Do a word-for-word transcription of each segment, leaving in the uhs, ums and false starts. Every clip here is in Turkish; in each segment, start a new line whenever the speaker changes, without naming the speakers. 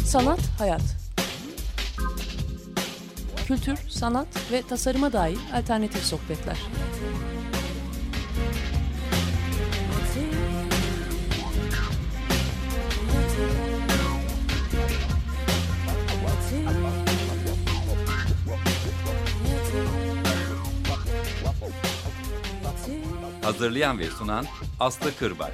Sanat, hayat. Kültür, sanat ve tasarıma dair alternatif sohbetler.
Hazırlayan ve sunan Aslı Kırbaş.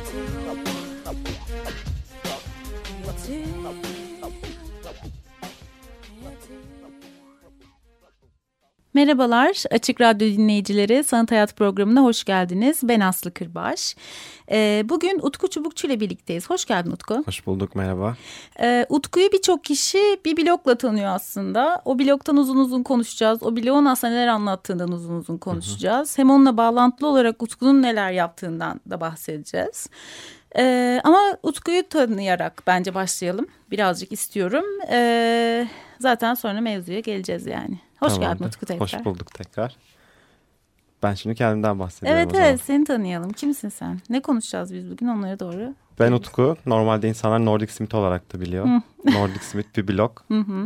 Merhabalar, Açık Radyo dinleyicileri, Sanat Hayat programına hoş geldiniz. Ben Aslı Kırbaş. Ee, bugün Utku Çubukçu ile birlikteyiz. Hoş geldin Utku.
Hoş bulduk, merhaba.
Ee, Utku'yu birçok kişi bir blogla tanıyor aslında. O blogdan uzun uzun konuşacağız. O blogun aslında neler anlattığından uzun uzun konuşacağız. Hı hı. Hem onunla bağlantılı olarak Utku'nun neler yaptığından da bahsedeceğiz. Ee, ama Utku'yu tanıyarak bence başlayalım. Birazcık istiyorum. Ee, zaten sonra mevzuya geleceğiz yani. Hoş
Tamamdır.
geldin Utku tekrar.
Hoş bulduk tekrar. Ben şimdi kendimden bahsediyorum
evet,
o zaman.
Evet seni tanıyalım. Kimsin sen? Ne konuşacağız biz bugün onlara doğru?
Ben Utku. Normalde insanlar Nordic Smith olarak da biliyor. Nordic Smith bir blog.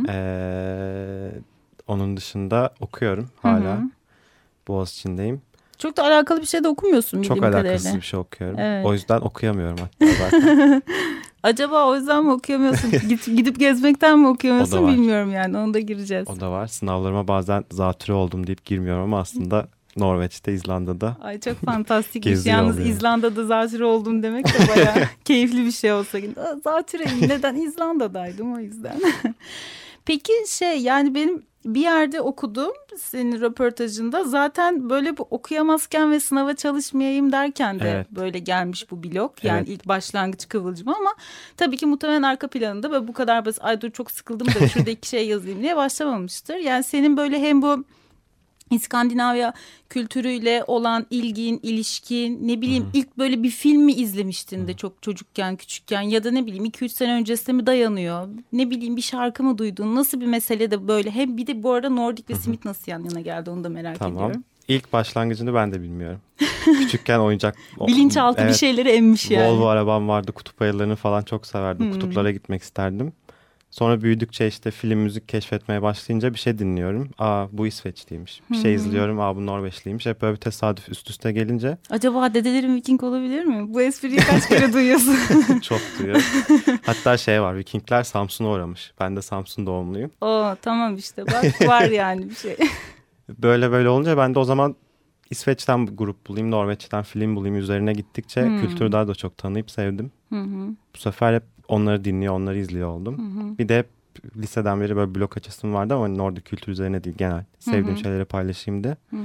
ee, onun dışında okuyorum hala. Boğaziçi'ndeyim.
Çok da alakalı bir şey de okumuyorsun bildiğim kadarıyla.
Çok alakasız bir şey okuyorum.
Evet.
O yüzden okuyamıyorum hatta zaten.
Acaba o yüzden mi okuyamıyorsun? Gidip, gidip gezmekten mi okuyamıyorsun bilmiyorum yani. Onu da gireceğiz.
O da var. Sınavlarıma bazen zatürre oldum deyip girmiyorum ama aslında Norveç'te, İzlanda'da.
Ay çok fantastikmiş. Yalnız oluyor. İzlanda'da zatürre oldum demek de bayağı keyifli bir şey olsa. Zatürreyim. Neden? İzlanda'daydım o yüzden. Peki şey yani benim bir yerde okudum senin röportajında. Zaten böyle bu okuyamazken ve sınava çalışmayayım derken de evet. Böyle gelmiş bu blog. Yani evet. İlk başlangıç kıvılcımı ama tabii ki muhtemelen arka planında ve bu kadar basit ay dur çok sıkıldım da şurada iki şey yazayım diye başlamamıştır. Yani senin böyle hem bu İskandinavya kültürüyle olan ilgin, ilişkin, ne bileyim Hı-hı. ilk böyle bir film mi izlemiştin Hı-hı. de çok çocukken, küçükken ya da ne bileyim iki üç sene öncesine mi dayanıyor? Ne bileyim bir şarkı mı duydun? Nasıl bir mesele de böyle? Hem bir de bu arada Nordic ve Smith nasıl yan yana geldi onu da merak
tamam.
ediyorum.
İlk başlangıcını ben de bilmiyorum. Küçükken oyuncak...
Bilinçaltı evet, bir şeyleri emmiş yani.
Volvo arabam vardı, kutup ayılarını falan çok severdim. Hmm. Kutuplara gitmek isterdim. Sonra büyüdükçe işte film, müzik keşfetmeye başlayınca bir şey dinliyorum. Aa bu İsveçliymiş. Bir şey izliyorum. Aa bu Norveçliymiş. Hep böyle bir tesadüf üst üste gelince.
Acaba dedelerin Viking olabilir mi? Bu espriyi kaç kere duyuyorsun?
Çok duyuyorum. Hatta şey var. Vikingler Samsun'a uğramış. Ben de Samsun doğumluyum.
Oo tamam işte bak var yani bir şey.
Böyle böyle olunca ben de o zaman İsveç'ten bir grup bulayım, Norveç'ten film bulayım üzerine gittikçe hmm. kültürü daha da çok tanıyıp sevdim. Hmm. Bu sefer hep onları dinliyor, onları izliyor oldum. Hmm. Bir de hep liseden beri böyle blog açısım vardı ama Nordik kültür üzerine değil genel. Sevdiğim hmm. şeyleri paylaşayım diye. Hmm.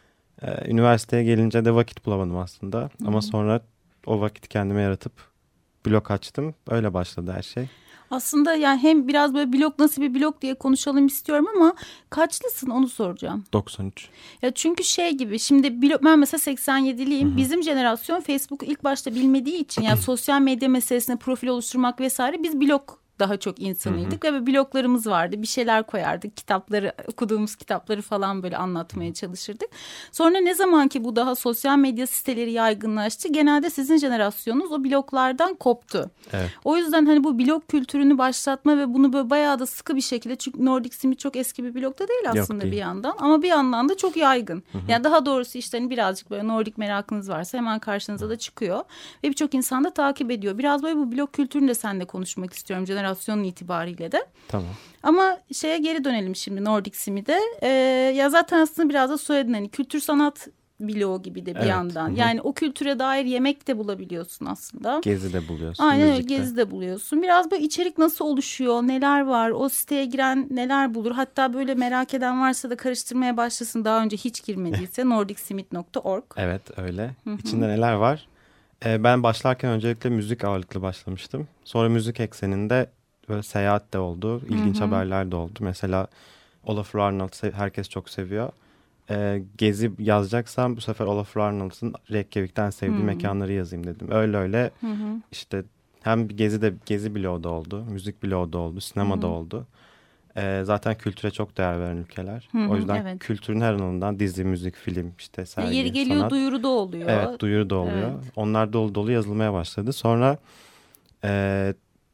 Ee, üniversiteye gelince de vakit bulamadım aslında. Hmm. Ama sonra o vakiti kendime yaratıp blog açtım. Öyle başladı her şey.
Aslında yani hem biraz böyle blog nasıl bir blog diye konuşalım istiyorum ama kaçlısın onu soracağım.
doksan üç.
Ya çünkü şey gibi şimdi blog, ben mesela seksen yediliyim. Hı-hı. Bizim jenerasyon Facebook'u ilk başta bilmediği için yani sosyal medya meselesine profil oluşturmak vesaire biz blog daha çok insanıydık Hı-hı. ve bloglarımız vardı. Bir şeyler koyardık. Kitapları, okuduğumuz kitapları falan böyle anlatmaya çalışırdık. Sonra ne zaman ki bu daha sosyal medya siteleri yaygınlaştı. Genelde sizin jenerasyonunuz o bloglardan koptu.
Evet.
O yüzden hani bu blog kültürünü başlatma ve bunu böyle bayağı da sıkı bir şekilde çünkü Nordic Smith çok eski bir blog da değil aslında Yok, değil. Bir yandan. Ama bir yandan da çok yaygın. Hı-hı. Yani daha doğrusu işte hani birazcık böyle Nordik merakınız varsa hemen karşınıza da çıkıyor. Ve birçok insan da takip ediyor. Biraz böyle bu blog kültürünü de seninle konuşmak istiyorum jenerasyon itibariyle de.
Tamam.
Ama şeye geri dönelim şimdi Nordic Smith'e. Ee, ya zaten aslında biraz da söyledin hani kültür sanat bloğu gibi de bir evet. yandan. Hı-hı. Yani o kültüre dair yemek de bulabiliyorsun aslında.
Gezi de buluyorsun.
Aynen öyle gezi de buluyorsun. Biraz böyle içerik nasıl oluşuyor, neler var, o siteye giren neler bulur. Hatta böyle merak eden varsa da karıştırmaya başlasın daha önce hiç girmediyse nordic smith nokta org.
Evet öyle. Hı-hı. İçinde neler var? Ee, ben başlarken öncelikle müzik ağırlıklı başlamıştım. Sonra müzik ekseninde böyle seyahat de oldu. İlginç Hı-hı. haberler de oldu. Mesela Olafur Arnold herkes çok seviyor. Ee, gezi yazacaksam bu sefer Olafur Arnold'un Reykjavik'ten sevdiği Hı-hı. mekanları yazayım dedim. Öyle öyle Hı-hı. işte hem gezi de gezi bloğu da oldu. Müzik bloğu da oldu. Sinema da oldu. Ee, zaten kültüre çok değer veren ülkeler. Hı-hı, o yüzden evet. kültürün her alanından dizi, müzik, film, işte sergi,
yeri geliyor
sanat.
Duyuru da oluyor.
Evet duyuru da oluyor. Evet. Onlar dolu dolu yazılmaya başladı. Sonra e,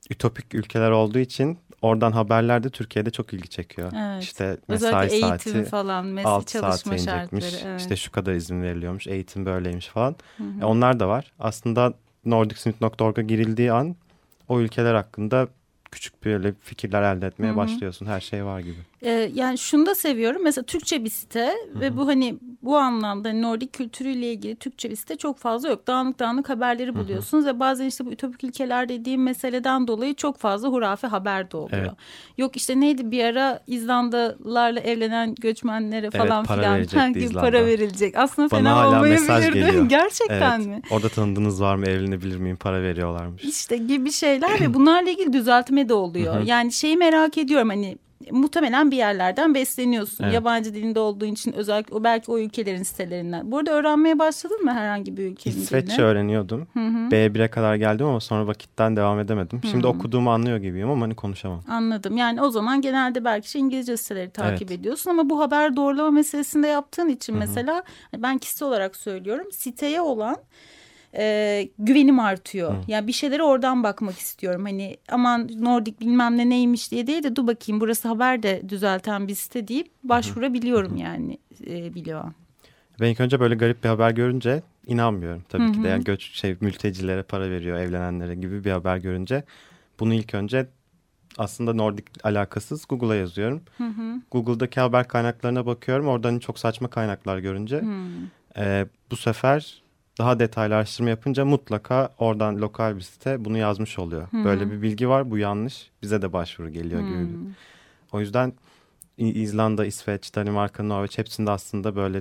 ütopik ülkeler olduğu için oradan haberler de Türkiye'de çok ilgi çekiyor.
Evet.
İşte mesai
özellikle
saati
eğitim falan, mesai çalışma şartları. Evet.
İşte şu kadar izin veriliyormuş, eğitim böyleymiş falan.
Hı hı.
E onlar da var. Aslında nordic simit nokta org'a girildiği an o ülkeler hakkında küçük böyle fikirler elde etmeye Hı-hı. başlıyorsun. Her şey var gibi.
Ee, yani şunu da seviyorum. Mesela Türkçe bir site Hı-hı. ve bu hani bu anlamda Nordik kültürüyle ilgili Türkçe bir site çok fazla yok. Dağınık dağınık haberleri buluyorsunuz Hı-hı. ve bazen işte bu ütopik ülkeler dediğim meseleden dolayı çok fazla hurafe haber de oluyor. Evet. Yok işte neydi bir ara İzlandalılarla evlenen göçmenlere falan
evet, para
filan
verecekti İzlanda.
Para verilecek. Aslında
Bana
fena
hala mesaj geliyor.
Gerçekten
evet.
mi?
Orada tanıdığınız var mı, evlenebilir miyim, para veriyorlarmış.
İşte gibi şeyler ve bunlarla ilgili düzeltme de oluyor. Hı-hı. Yani şeyi merak ediyorum hani muhtemelen bir yerlerden besleniyorsun. Evet. Yabancı dilinde olduğu için özellikle o belki o ülkelerin sitelerinden. Bu arada öğrenmeye başladın mı herhangi bir ülkenin dilini?
İsveççe öğreniyordum. Hı hı. B bire kadar geldim ama sonra vakitten devam edemedim. Şimdi hı hı. okuduğumu anlıyor gibiyim ama hani konuşamam.
Anladım. Yani o zaman genelde belki şey İngilizce siteleri takip evet. ediyorsun ama bu haber doğrulama meselesinde yaptığın için hı hı. mesela ben kişisel olarak söylüyorum siteye olan E, güvenim artıyor. Hı. Yani bir şeylere oradan bakmak istiyorum. Hani aman Nordik bilmem ne neymiş diye değil de dur bakayım burası haber de düzelten bir site deyip başvurabiliyorum Hı. yani e, biliyor.
Ben ilk önce böyle garip bir haber görünce inanmıyorum tabii Hı-hı. ki de. Yani göç şey mültecilere para veriyor, evlenenlere gibi bir haber görünce bunu ilk önce aslında Nordik alakasız Google'a yazıyorum. Hı-hı. Google'daki haber kaynaklarına bakıyorum. Oradan çok saçma kaynaklar görünce e, bu sefer daha detaylı araştırma yapınca mutlaka oradan lokal bir site bunu yazmış oluyor. Hmm. Böyle bir bilgi var, bu yanlış. Bize de başvuru geliyor hmm. gibi. O yüzden İzlanda, İsveç, Danimarka, Norveç hepsinde aslında böyle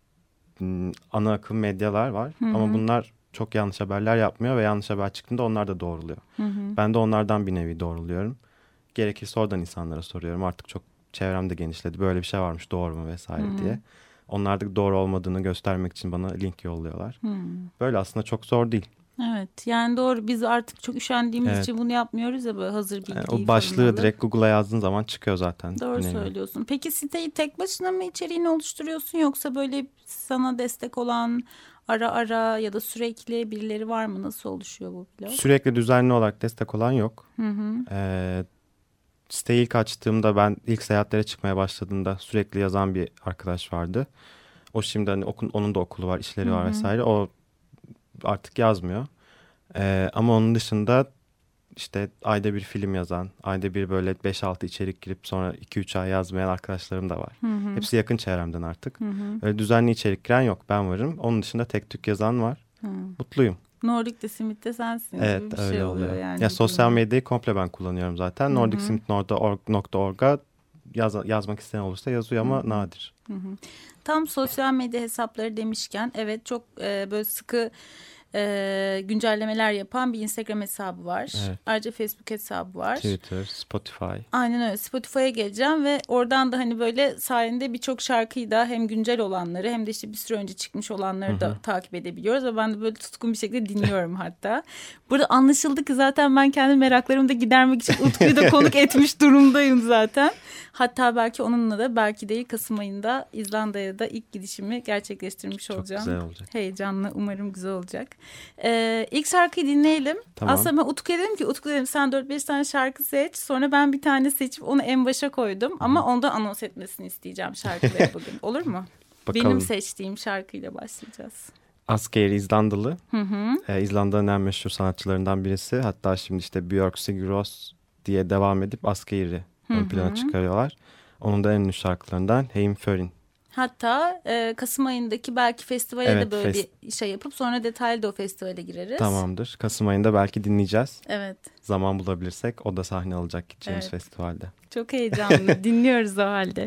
ana akım medyalar var. Hmm. Ama bunlar çok yanlış haberler yapmıyor ve yanlış haber çıktığında onlar da doğruluyor. Hmm. Ben de onlardan bir nevi doğruluyorum. Gerekirse oradan insanlara soruyorum. Artık çok çevremde genişledi. Böyle bir şey varmış, doğru mu vesaire hmm. diye. Onlar da doğru olmadığını göstermek için bana link yolluyorlar. Hmm. Böyle aslında çok zor değil.
Evet yani doğru biz artık çok üşendiğimiz evet. için bunu yapmıyoruz ya böyle hazır bilgiyi. Yani
o başlığı alıp. Direkt Google'a yazdığın zaman çıkıyor zaten.
Doğru
Önemli.
Söylüyorsun. Peki siteyi tek başına mı içeriğini oluşturuyorsun yoksa böyle sana destek olan ara ara ya da sürekli birileri var mı? Nasıl oluşuyor bu blog?
Sürekli düzenli olarak destek olan yok. Hı hı. Ee, Siteyi ilk açtığımda ben ilk seyahatlere çıkmaya başladığımda sürekli yazan bir arkadaş vardı. O şimdi hani okun, onun da okulu var, işleri var Hı-hı. vesaire. O artık yazmıyor. Ee, ama onun dışında işte ayda bir film yazan, ayda bir böyle beş altı içerik girip sonra iki üç ay yazmayan arkadaşlarım da var. Hı-hı. Hepsi yakın çevremden artık. Hı-hı. Öyle düzenli içerik giren yok, ben varım. Onun dışında tek tük yazan var. Hı. Mutluyum.
Nordik de Simit de sensin
evet,
gibi bir
öyle
şey
oluyor.
oluyor yani.
Ya sosyal medyayı komple ben kullanıyorum zaten. nordic simit nokta org'a yaz, yazmak isteyen olursa yazıyor ama Hı-hı. nadir.
Hı-hı. Tam sosyal medya hesapları demişken evet çok e, böyle sıkı e, güncellemeler yapan bir Instagram hesabı var. Evet. Ayrıca Facebook hesabı var.
Twitter, Spotify.
Aynen öyle. Spotify'a geleceğim ve oradan da hani böyle sayende birçok şarkıyı da hem güncel olanları hem de işte bir süre önce çıkmış olanları Hı-hı. da takip edebiliyoruz. Ve ben de böyle tutkun bir şekilde dinliyorum hatta. Burada anlaşıldı ki zaten ben kendi meraklarımı da gidermek için Utku'yu da konuk etmiş durumdayım zaten. Hatta belki onunla da belki değil Kasım ayında İzlanda'ya da ilk gidişimi gerçekleştirmiş
Çok
olacağım.
Çok güzel olacak.
Heyecanlı, umarım güzel olacak. Ee, ilk şarkıyı dinleyelim. Tamam. Aslında ben Utku'ya dedim ki Utku dedim sen dört beş tane şarkı seç. Sonra ben bir tane seçip onu en başa koydum. Hı-hı. Ama ondan anons etmesini isteyeceğim şarkıları bugün. Olur mu? Bakalım. Benim seçtiğim şarkıyla başlayacağız.
Asgeir İzlandalı. Ee, İzlanda'nın en meşhur sanatçılarından birisi. Hatta şimdi işte Björk Sigur Rós diye devam edip Asgeir'i ön plana çıkarıyorlar. Onun da en ünlü şarkılarından Heimförin.
Hatta e, Kasım ayındaki belki festivale evet, de böyle fest- bir şey yapıp sonra detaylı da o festivale gireriz.
Tamamdır. Kasım ayında belki dinleyeceğiz.
Evet.
Zaman bulabilirsek o da sahne alacak gideceğimiz
evet.
festivalde.
Çok heyecanlı. Dinliyoruz o halde.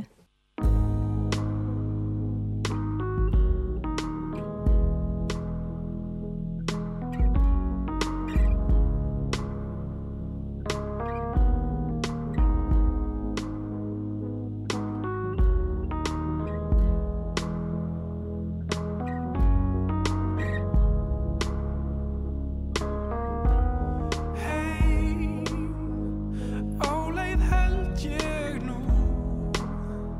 Óleið held ég nú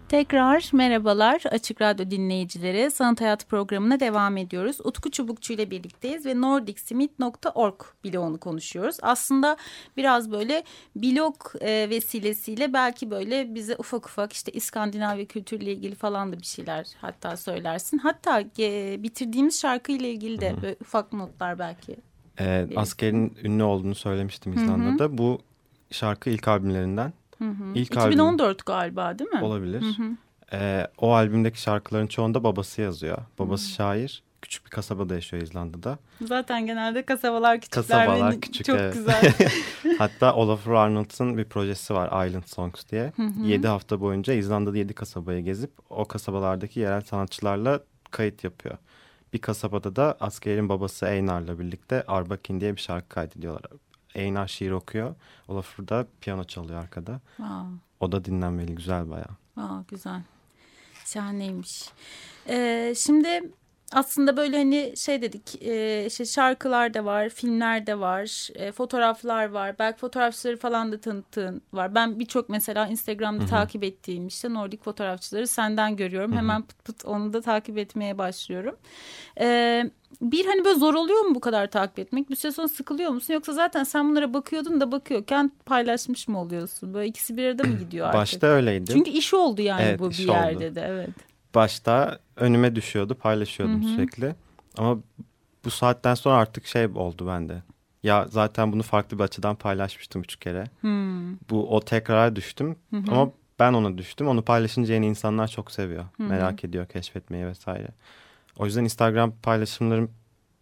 Tekrar merhabalar Açık Radyo dinleyicileri. Sanat Hayat programına devam ediyoruz. Utku Çubukçu ile birlikteyiz ve nordic smith nokta org bloğunu konuşuyoruz. Aslında biraz böyle blog e, vesilesiyle belki böyle bize ufak ufak işte İskandinavya kültürüyle ilgili falan da bir şeyler hatta söylersin. Hatta e, bitirdiğimiz şarkıyla ilgili de böyle ufak notlar belki.
E, Asker'in ünlü olduğunu söylemiştim İzlanda'da. Hı hı. Bu şarkı ilk albümlerinden.
Hı hı. İlk iki bin on dört albüm, galiba değil mi?
Olabilir. Hı hı. Ee, o albümdeki şarkıların çoğunda babası yazıyor. Babası hı. şair. Küçük bir kasabada yaşıyor İzlanda'da.
Zaten genelde kasabalar küçükler.
Kasabalar küçük.
Çok
evet.
güzel.
Hatta Olafur Arnalds'ın bir projesi var Island Songs diye.
Hı hı.
Yedi hafta boyunca İzlanda'da yedi kasabayı gezip o kasabalardaki yerel sanatçılarla kayıt yapıyor. Bir kasabada da askerin babası Einar'la birlikte Arbakin diye bir şarkı kaydediyorlar. Einar şiir okuyor. Olafur da piyano çalıyor arkada.
Aa.
O da dinlenmeli, güzel bayağı.
Aa, güzel. Şahaneymiş. Ee, şimdi aslında böyle hani şey dedik, e, işte şarkılar da var, filmler de var, e, fotoğraflar var. Belki fotoğrafçıları falan da tanıttığın var. Ben birçok mesela Instagram'da Hı-hı. takip ettiğim işte Nordik fotoğrafçıları senden görüyorum. Hı-hı. Hemen pıt pıt onu da takip etmeye başlıyorum. Evet. Bir hani böyle zor oluyor mu bu kadar takip etmek? Bir süre sonra sıkılıyor musun? Yoksa zaten sen bunlara bakıyordun da bakıyorken paylaşmış mı oluyorsun? Böyle ikisi bir arada mı gidiyor artık?
Başta öyleydi.
Çünkü iş oldu yani
evet,
bu bir yerde oldu. De. Evet.
Başta önüme düşüyordu, paylaşıyordum Hı-hı. sürekli. Ama bu saatten sonra artık şey oldu bende. Ya zaten bunu farklı bir açıdan paylaşmıştım üç kere.
Hmm.
Bu o tekrara düştüm. Hı-hı. Ama ben ona düştüm. Onu paylaşınca yeni insanlar çok seviyor. Hı-hı. Merak ediyor keşfetmeyi vesaire. O yüzden Instagram paylaşımlarım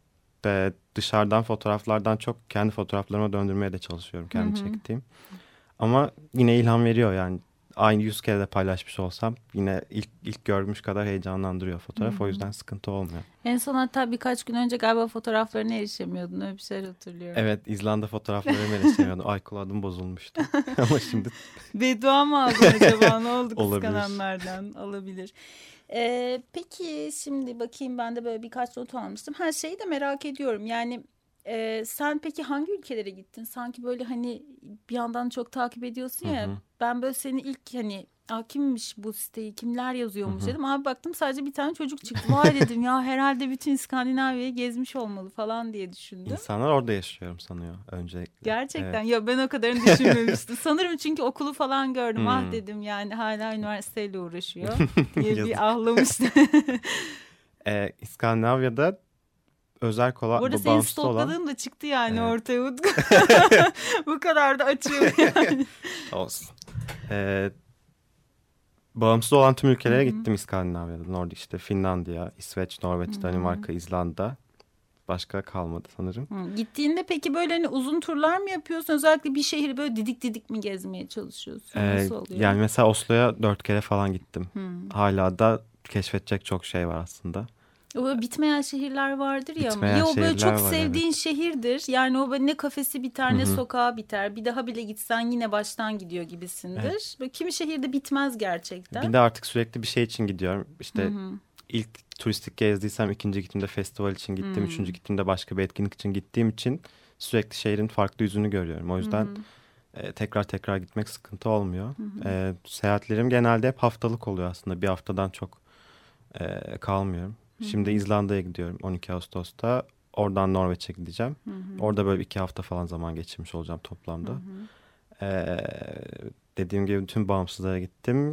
ve dışarıdan fotoğraflardan çok kendi fotoğraflarıma döndürmeye de çalışıyorum. Kendi Hı-hı. çektiğim. Ama yine ilham veriyor yani. Aynı yüz kere de paylaşmış olsam yine ilk ilk görmüş kadar heyecanlandırıyor fotoğraf. Hı-hı. O yüzden sıkıntı olmuyor.
En son hatta birkaç gün önce galiba fotoğraflarına erişemiyordun. Öyle bir şey hatırlıyorum.
Evet, İzlanda fotoğraflarına erişemiyordum. Aykul adım bozulmuştu. Ama şimdi...
Beddua mı aldın acaba? Ne oldu kıskananlardan? Olabilir. Ee, peki şimdi bakayım, ben de böyle birkaç not almıştım. Her şeyi de merak ediyorum. Yani e, sen peki hangi ülkelere gittin? Sanki böyle hani bir yandan çok takip ediyorsun ya. Hı hı. Ben böyle seni ilk hani Aa, kimmiş bu siteyi, kimler yazıyormuş Hı-hı. dedim. Abi baktım sadece bir tane çocuk çıktı. Vay dedim ya, herhalde bütün İskandinavya'yı gezmiş olmalı falan diye düşündüm.
İnsanlar orada yaşıyorum sanıyor öncelikle.
Gerçekten evet. Ya ben o kadarını düşünmemiştim. Sanırım çünkü okulu falan gördüm. Hmm. Ah dedim yani hala üniversiteyle uğraşıyor diye bir ahlamıştım.
ee, İskandinavya'da özel kola,
bu arada senin stokladığın olan... da çıktı yani evet. ortaya Utku. Bu kadar da açıyor yani.
Olsun. Evet. Bağımsız olan tüm ülkelere Hı-hı. gittim İskandinavya'da. Nordik işte Finlandiya, İsveç, Norveç, Hı-hı. Danimarka, İzlanda. Başka kalmadı sanırım.
Hı. Gittiğinde peki böyle hani uzun turlar mı yapıyorsun? Özellikle bir şehri böyle didik didik mi gezmeye çalışıyorsun?
Ee,
Nasıl oluyor?
Yani mesela Oslo'ya dört kere falan gittim. Hı. Hala da keşfedecek çok şey var aslında.
O böyle bitmeyen şehirler vardır ya.
Bitmeyen
ya o böyle çok
var,
sevdiğin
evet. şehirdir.
Yani o böyle ne kafesi biter ne Hı-hı. sokağı biter. Bir daha bile gitsen yine baştan gidiyor gibisindir. Evet. Böyle kimi şehirde bitmez gerçekten.
Bir de artık sürekli bir şey için gidiyorum. İşte Hı-hı. ilk turistik gezdiysem ikinci gittiğimde festival için gittim. Hı-hı. Üçüncü gittiğimde başka bir etkinlik için gittiğim için sürekli şehrin farklı yüzünü görüyorum. O yüzden e, tekrar tekrar gitmek sıkıntı olmuyor. E, seyahatlerim genelde hep haftalık oluyor aslında. Bir haftadan çok e, kalmıyorum. Şimdi İzlanda'ya gidiyorum on iki Ağustos'ta. Oradan Norveç'e gideceğim. Hı hı. Orada böyle iki hafta falan zaman geçirmiş olacağım toplamda. Hı hı. Ee, dediğim gibi tüm bağımsızlara gittim.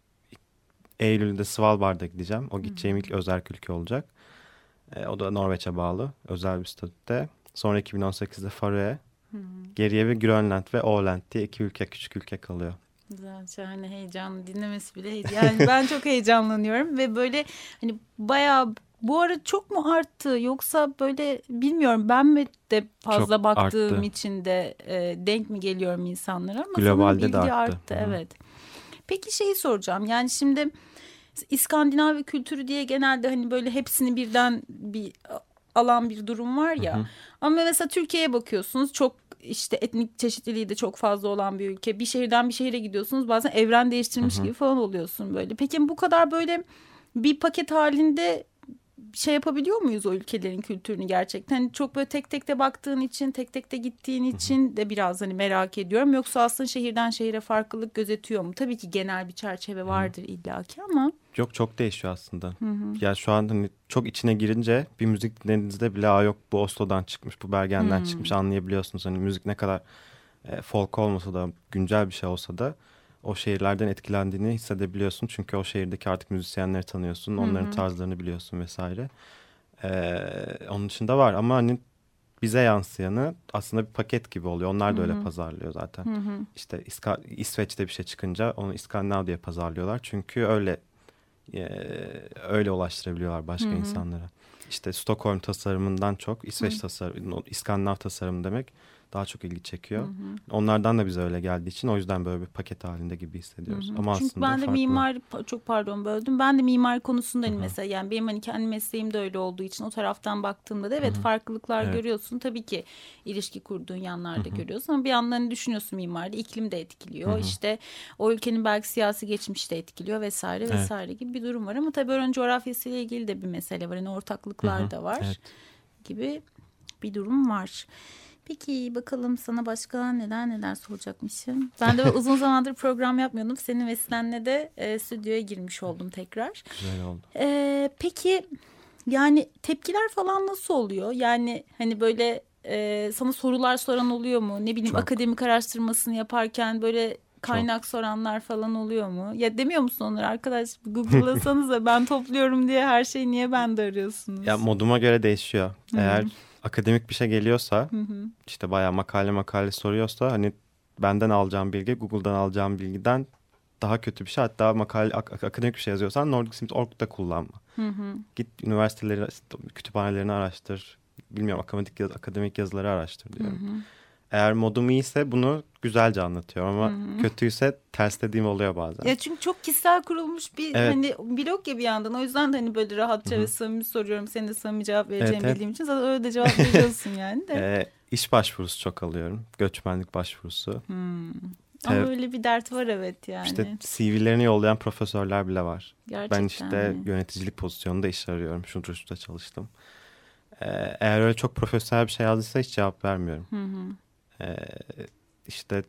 Eylül'de Svalbard'a gideceğim. O gideceğim hı hı. ilk özerk ülke olacak. Ee, o da Norveç'e bağlı. Özel bir statüde. Sonra iki bin on sekizde Faroe. Hı hı. Geriye bir Grönland ve Åland diye iki ülke, küçük ülke kalıyor.
Güzel, şahane, heyecanlı, dinlemesi bile heyecanlı. Yani ben çok heyecanlanıyorum ve böyle hani bayağı bu ara çok mu arttı yoksa böyle bilmiyorum, ben mi de fazla çok baktığım arttı. için de e, denk mi geliyorum insanlara, ama
globalde de arttı.
arttı evet. Peki şeyi soracağım, yani şimdi İskandinav kültürü diye genelde hani böyle hepsini birden bir alan bir durum var ya. Hı hı. Ama mesela Türkiye'ye bakıyorsunuz, çok işte etnik çeşitliliği de çok fazla olan bir ülke. Bir şehirden bir şehire gidiyorsunuz, bazen evren değiştirmiş Hı-hı. gibi falan oluyorsun böyle. Peki bu kadar böyle bir paket halinde şey yapabiliyor muyuz o ülkelerin kültürünü gerçekten? Hani çok böyle tek tek de baktığın için, tek tek de gittiğin için de biraz hani merak ediyorum. Yoksa aslında şehirden şehire farklılık gözetiyor mu? Tabii ki genel bir çerçeve vardır illaki ama.
Yok, çok değişiyor aslında.
Hı hı.
Ya şu an hani çok içine girince bir müzik dinlediğinizde bile Aa, yok bu Oslo'dan çıkmış, bu Bergen'den hmm. çıkmış anlayabiliyorsunuz. Hani müzik ne kadar e, folk olmasa da, güncel bir şey olsa da o şehirlerden etkilendiğini hissedebiliyorsun. Çünkü o şehirdeki artık müzisyenleri tanıyorsun, onların Hı-hı. tarzlarını biliyorsun vesaire. Ee, onun dışında var ama hani bize yansıyanı aslında bir paket gibi oluyor. Onlar da Hı-hı. öyle pazarlıyor zaten. Hı-hı. İşte İska- İsveç'te bir şey çıkınca onu İskandinav diye pazarlıyorlar. Çünkü öyle e, öyle ulaştırabiliyorlar başka Hı-hı. insanlara. İşte Stockholm tasarımından çok İsveç tasarımı, İskandinav tasarımı demek daha çok ilgi çekiyor. Hı hı. Onlardan da bize öyle geldiği için o yüzden böyle bir paket halinde gibi hissediyoruz. Hı hı. Ama
çünkü
aslında
ben de
farklı.
mimar, çok pardon böldüm. Ben de mimar konusunda hani mesela yani benim hani kendi mesleğim de öyle olduğu için o taraftan baktığımda da evet Hı-hı. farklılıklar evet. görüyorsun. Tabii ki ilişki kurduğun yanlarda Hı-hı. görüyorsun ama bir yandan hani düşünüyorsun mimarda iklim de etkiliyor. Hı-hı. İşte o ülkenin belki siyasi geçmişi de etkiliyor vesaire evet. vesaire gibi bir durum var ama tabii oranın coğrafyasıyla ilgili de bir mesele var. Hani ortaklıklar Hı-hı. da var evet. gibi bir durum var. Peki bakalım sana başka neler neler soracakmışım. Ben de uzun zamandır program yapmıyordum. Senin vesilenle de e, stüdyoya girmiş oldum tekrar.
Güzel oldu.
E, peki yani tepkiler falan nasıl oluyor? Yani hani böyle e, sana sorular soran oluyor mu? Ne bileyim Çok. akademik araştırmasını yaparken böyle kaynak Çok. soranlar falan oluyor mu? Ya demiyor musun onlara arkadaş Google'lasanıza ben topluyorum diye her şeyi niye bende arıyorsunuz?
Ya moduma göre değişiyor.
Hı-hı.
Eğer akademik bir şey geliyorsa hı hı. işte bayağı makale makale soruyorsa hani benden alacağım bilgi Google'dan alacağım bilgiden daha kötü bir şey. Hatta makale ak- akademik bir şey yazıyorsan Nordic Smith nokta org'da kullanma. Hı hı. Git üniversiteleri, kütüphanelerini araştır. Bilmiyorum akademik, yaz- akademik yazıları araştır diyorum. Hı hı. Eğer modum iyiyse bunu güzelce anlatıyorum ama Hı-hı. kötüyse ters dediğim oluyor bazen.
Ya çünkü çok kişisel kurulmuş bir evet. hani blog ya bir yandan. O yüzden de hani böyle rahatça Hı-hı. ve samimi soruyorum. Senin de samimi cevap vereceğimi evet, bildiğim evet. için zaten öyle de cevap veriyorsun yani de.
Ee, iş başvurusu çok alıyorum. Göçmenlik başvurusu.
Hmm. Ama Te- öyle bir dert var evet yani.
İşte C V'lerini yollayan profesörler bile var.
Gerçekten
ben işte mi? yöneticilik pozisyonunda iş arıyorum. Şurada şurada çalıştım. Ee, eğer öyle çok profesyonel bir şey yazdıysa hiç cevap vermiyorum. Hı hı. Ee, işte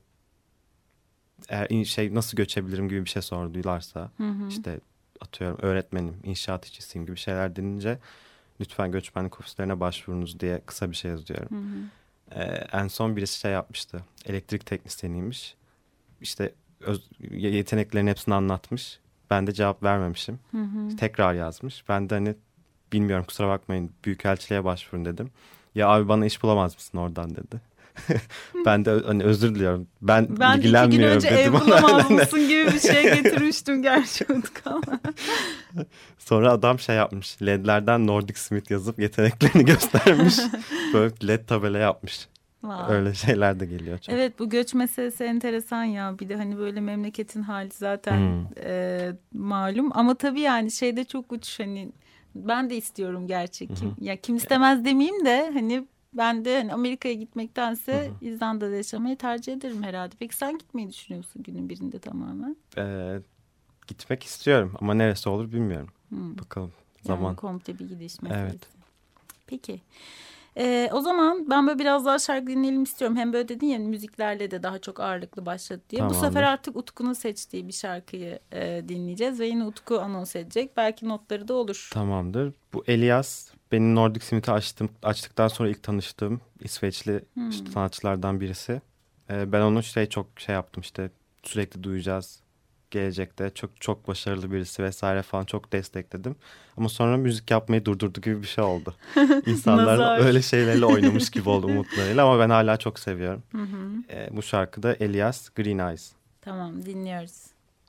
eğer şey nasıl göçebilirim gibi bir şey sordularsa hı hı. işte atıyorum öğretmenim, inşaat işçisiyim gibi şeyler denince lütfen göçmenlik ofislerine başvurunuz diye kısa bir şey yazıyorum. Hı hı. Ee, en son birisi şey yapmıştı. Elektrik teknisyeniymiş. İşte öz, yeteneklerin hepsini anlatmış. Ben de cevap vermemişim. Hı hı. Tekrar yazmış. Ben de hani bilmiyorum kusura bakmayın büyükelçiliğe başvurun dedim. Ya abi bana iş bulamaz mısın oradan dedi. ben de hani özür diliyorum. Ben, ben ilgilenmiyorum dedim.
Ben iki gün önce ev bulamaz mısın gibi bir şey getirmiştim gerçi ama.
Sonra adam şey yapmış. L E D'lerden Nordic Smith yazıp yeteneklerini göstermiş. Böyle L E D tabela yapmış. Wow. Öyle şeyler de geliyor çok.
Evet bu göç meselesi enteresan ya. Bir de hani böyle memleketin hali zaten hmm. e, malum. Ama tabii yani şeyde çok uç hani ben de istiyorum gerçi. Kim, ya kim istemez demeyeyim de hani ben de hani Amerika'ya gitmektense hı hı. İzlanda'da yaşamayı tercih ederim herhalde. Peki sen gitmeyi düşünüyor musun günün birinde tamamen?
Ee, gitmek istiyorum ama neresi olur bilmiyorum. Hı. Bakalım zaman.
Yani komple bir gidiş meselesi.
Evet.
Peki. Ee, o zaman ben böyle biraz daha şarkı dinleyelim istiyorum. Hem böyle dedin ya müziklerle de daha çok ağırlıklı başladı diye. Tamamdır. Bu sefer artık Utku'nun seçtiği bir şarkıyı e, dinleyeceğiz. Ve yine Utku anons edecek. Belki notları da olur.
Tamamdır. Bu Elias benim Nordic Smith'i açtım, açtıktan sonra ilk tanıştığım İsveçli hmm. işte, sanatçılardan birisi. Ee, ben onu şey çok şey yaptım işte sürekli duyacağız. Gelecekte çok çok başarılı birisi vesaire falan çok destekledim. Ama sonra müzik yapmayı durdurdu gibi bir şey oldu. İnsanlar öyle şeylerle oynamış gibi oldu umutlarıyla ama ben hala çok seviyorum. Hı hı. Ee, bu şarkıda Elias Green Eyes.
Tamam dinliyoruz.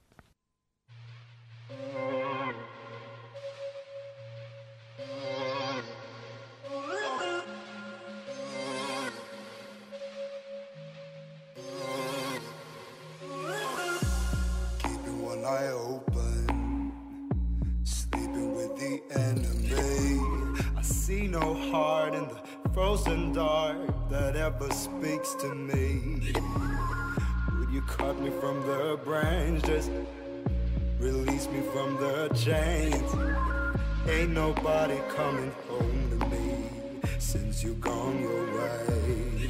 Eye open, sleeping with the enemy. I see no heart in the frozen dark that ever speaks to me. Would you cut me from the branch, just release me from the chains? Ain't nobody coming home to me since you've gone your way.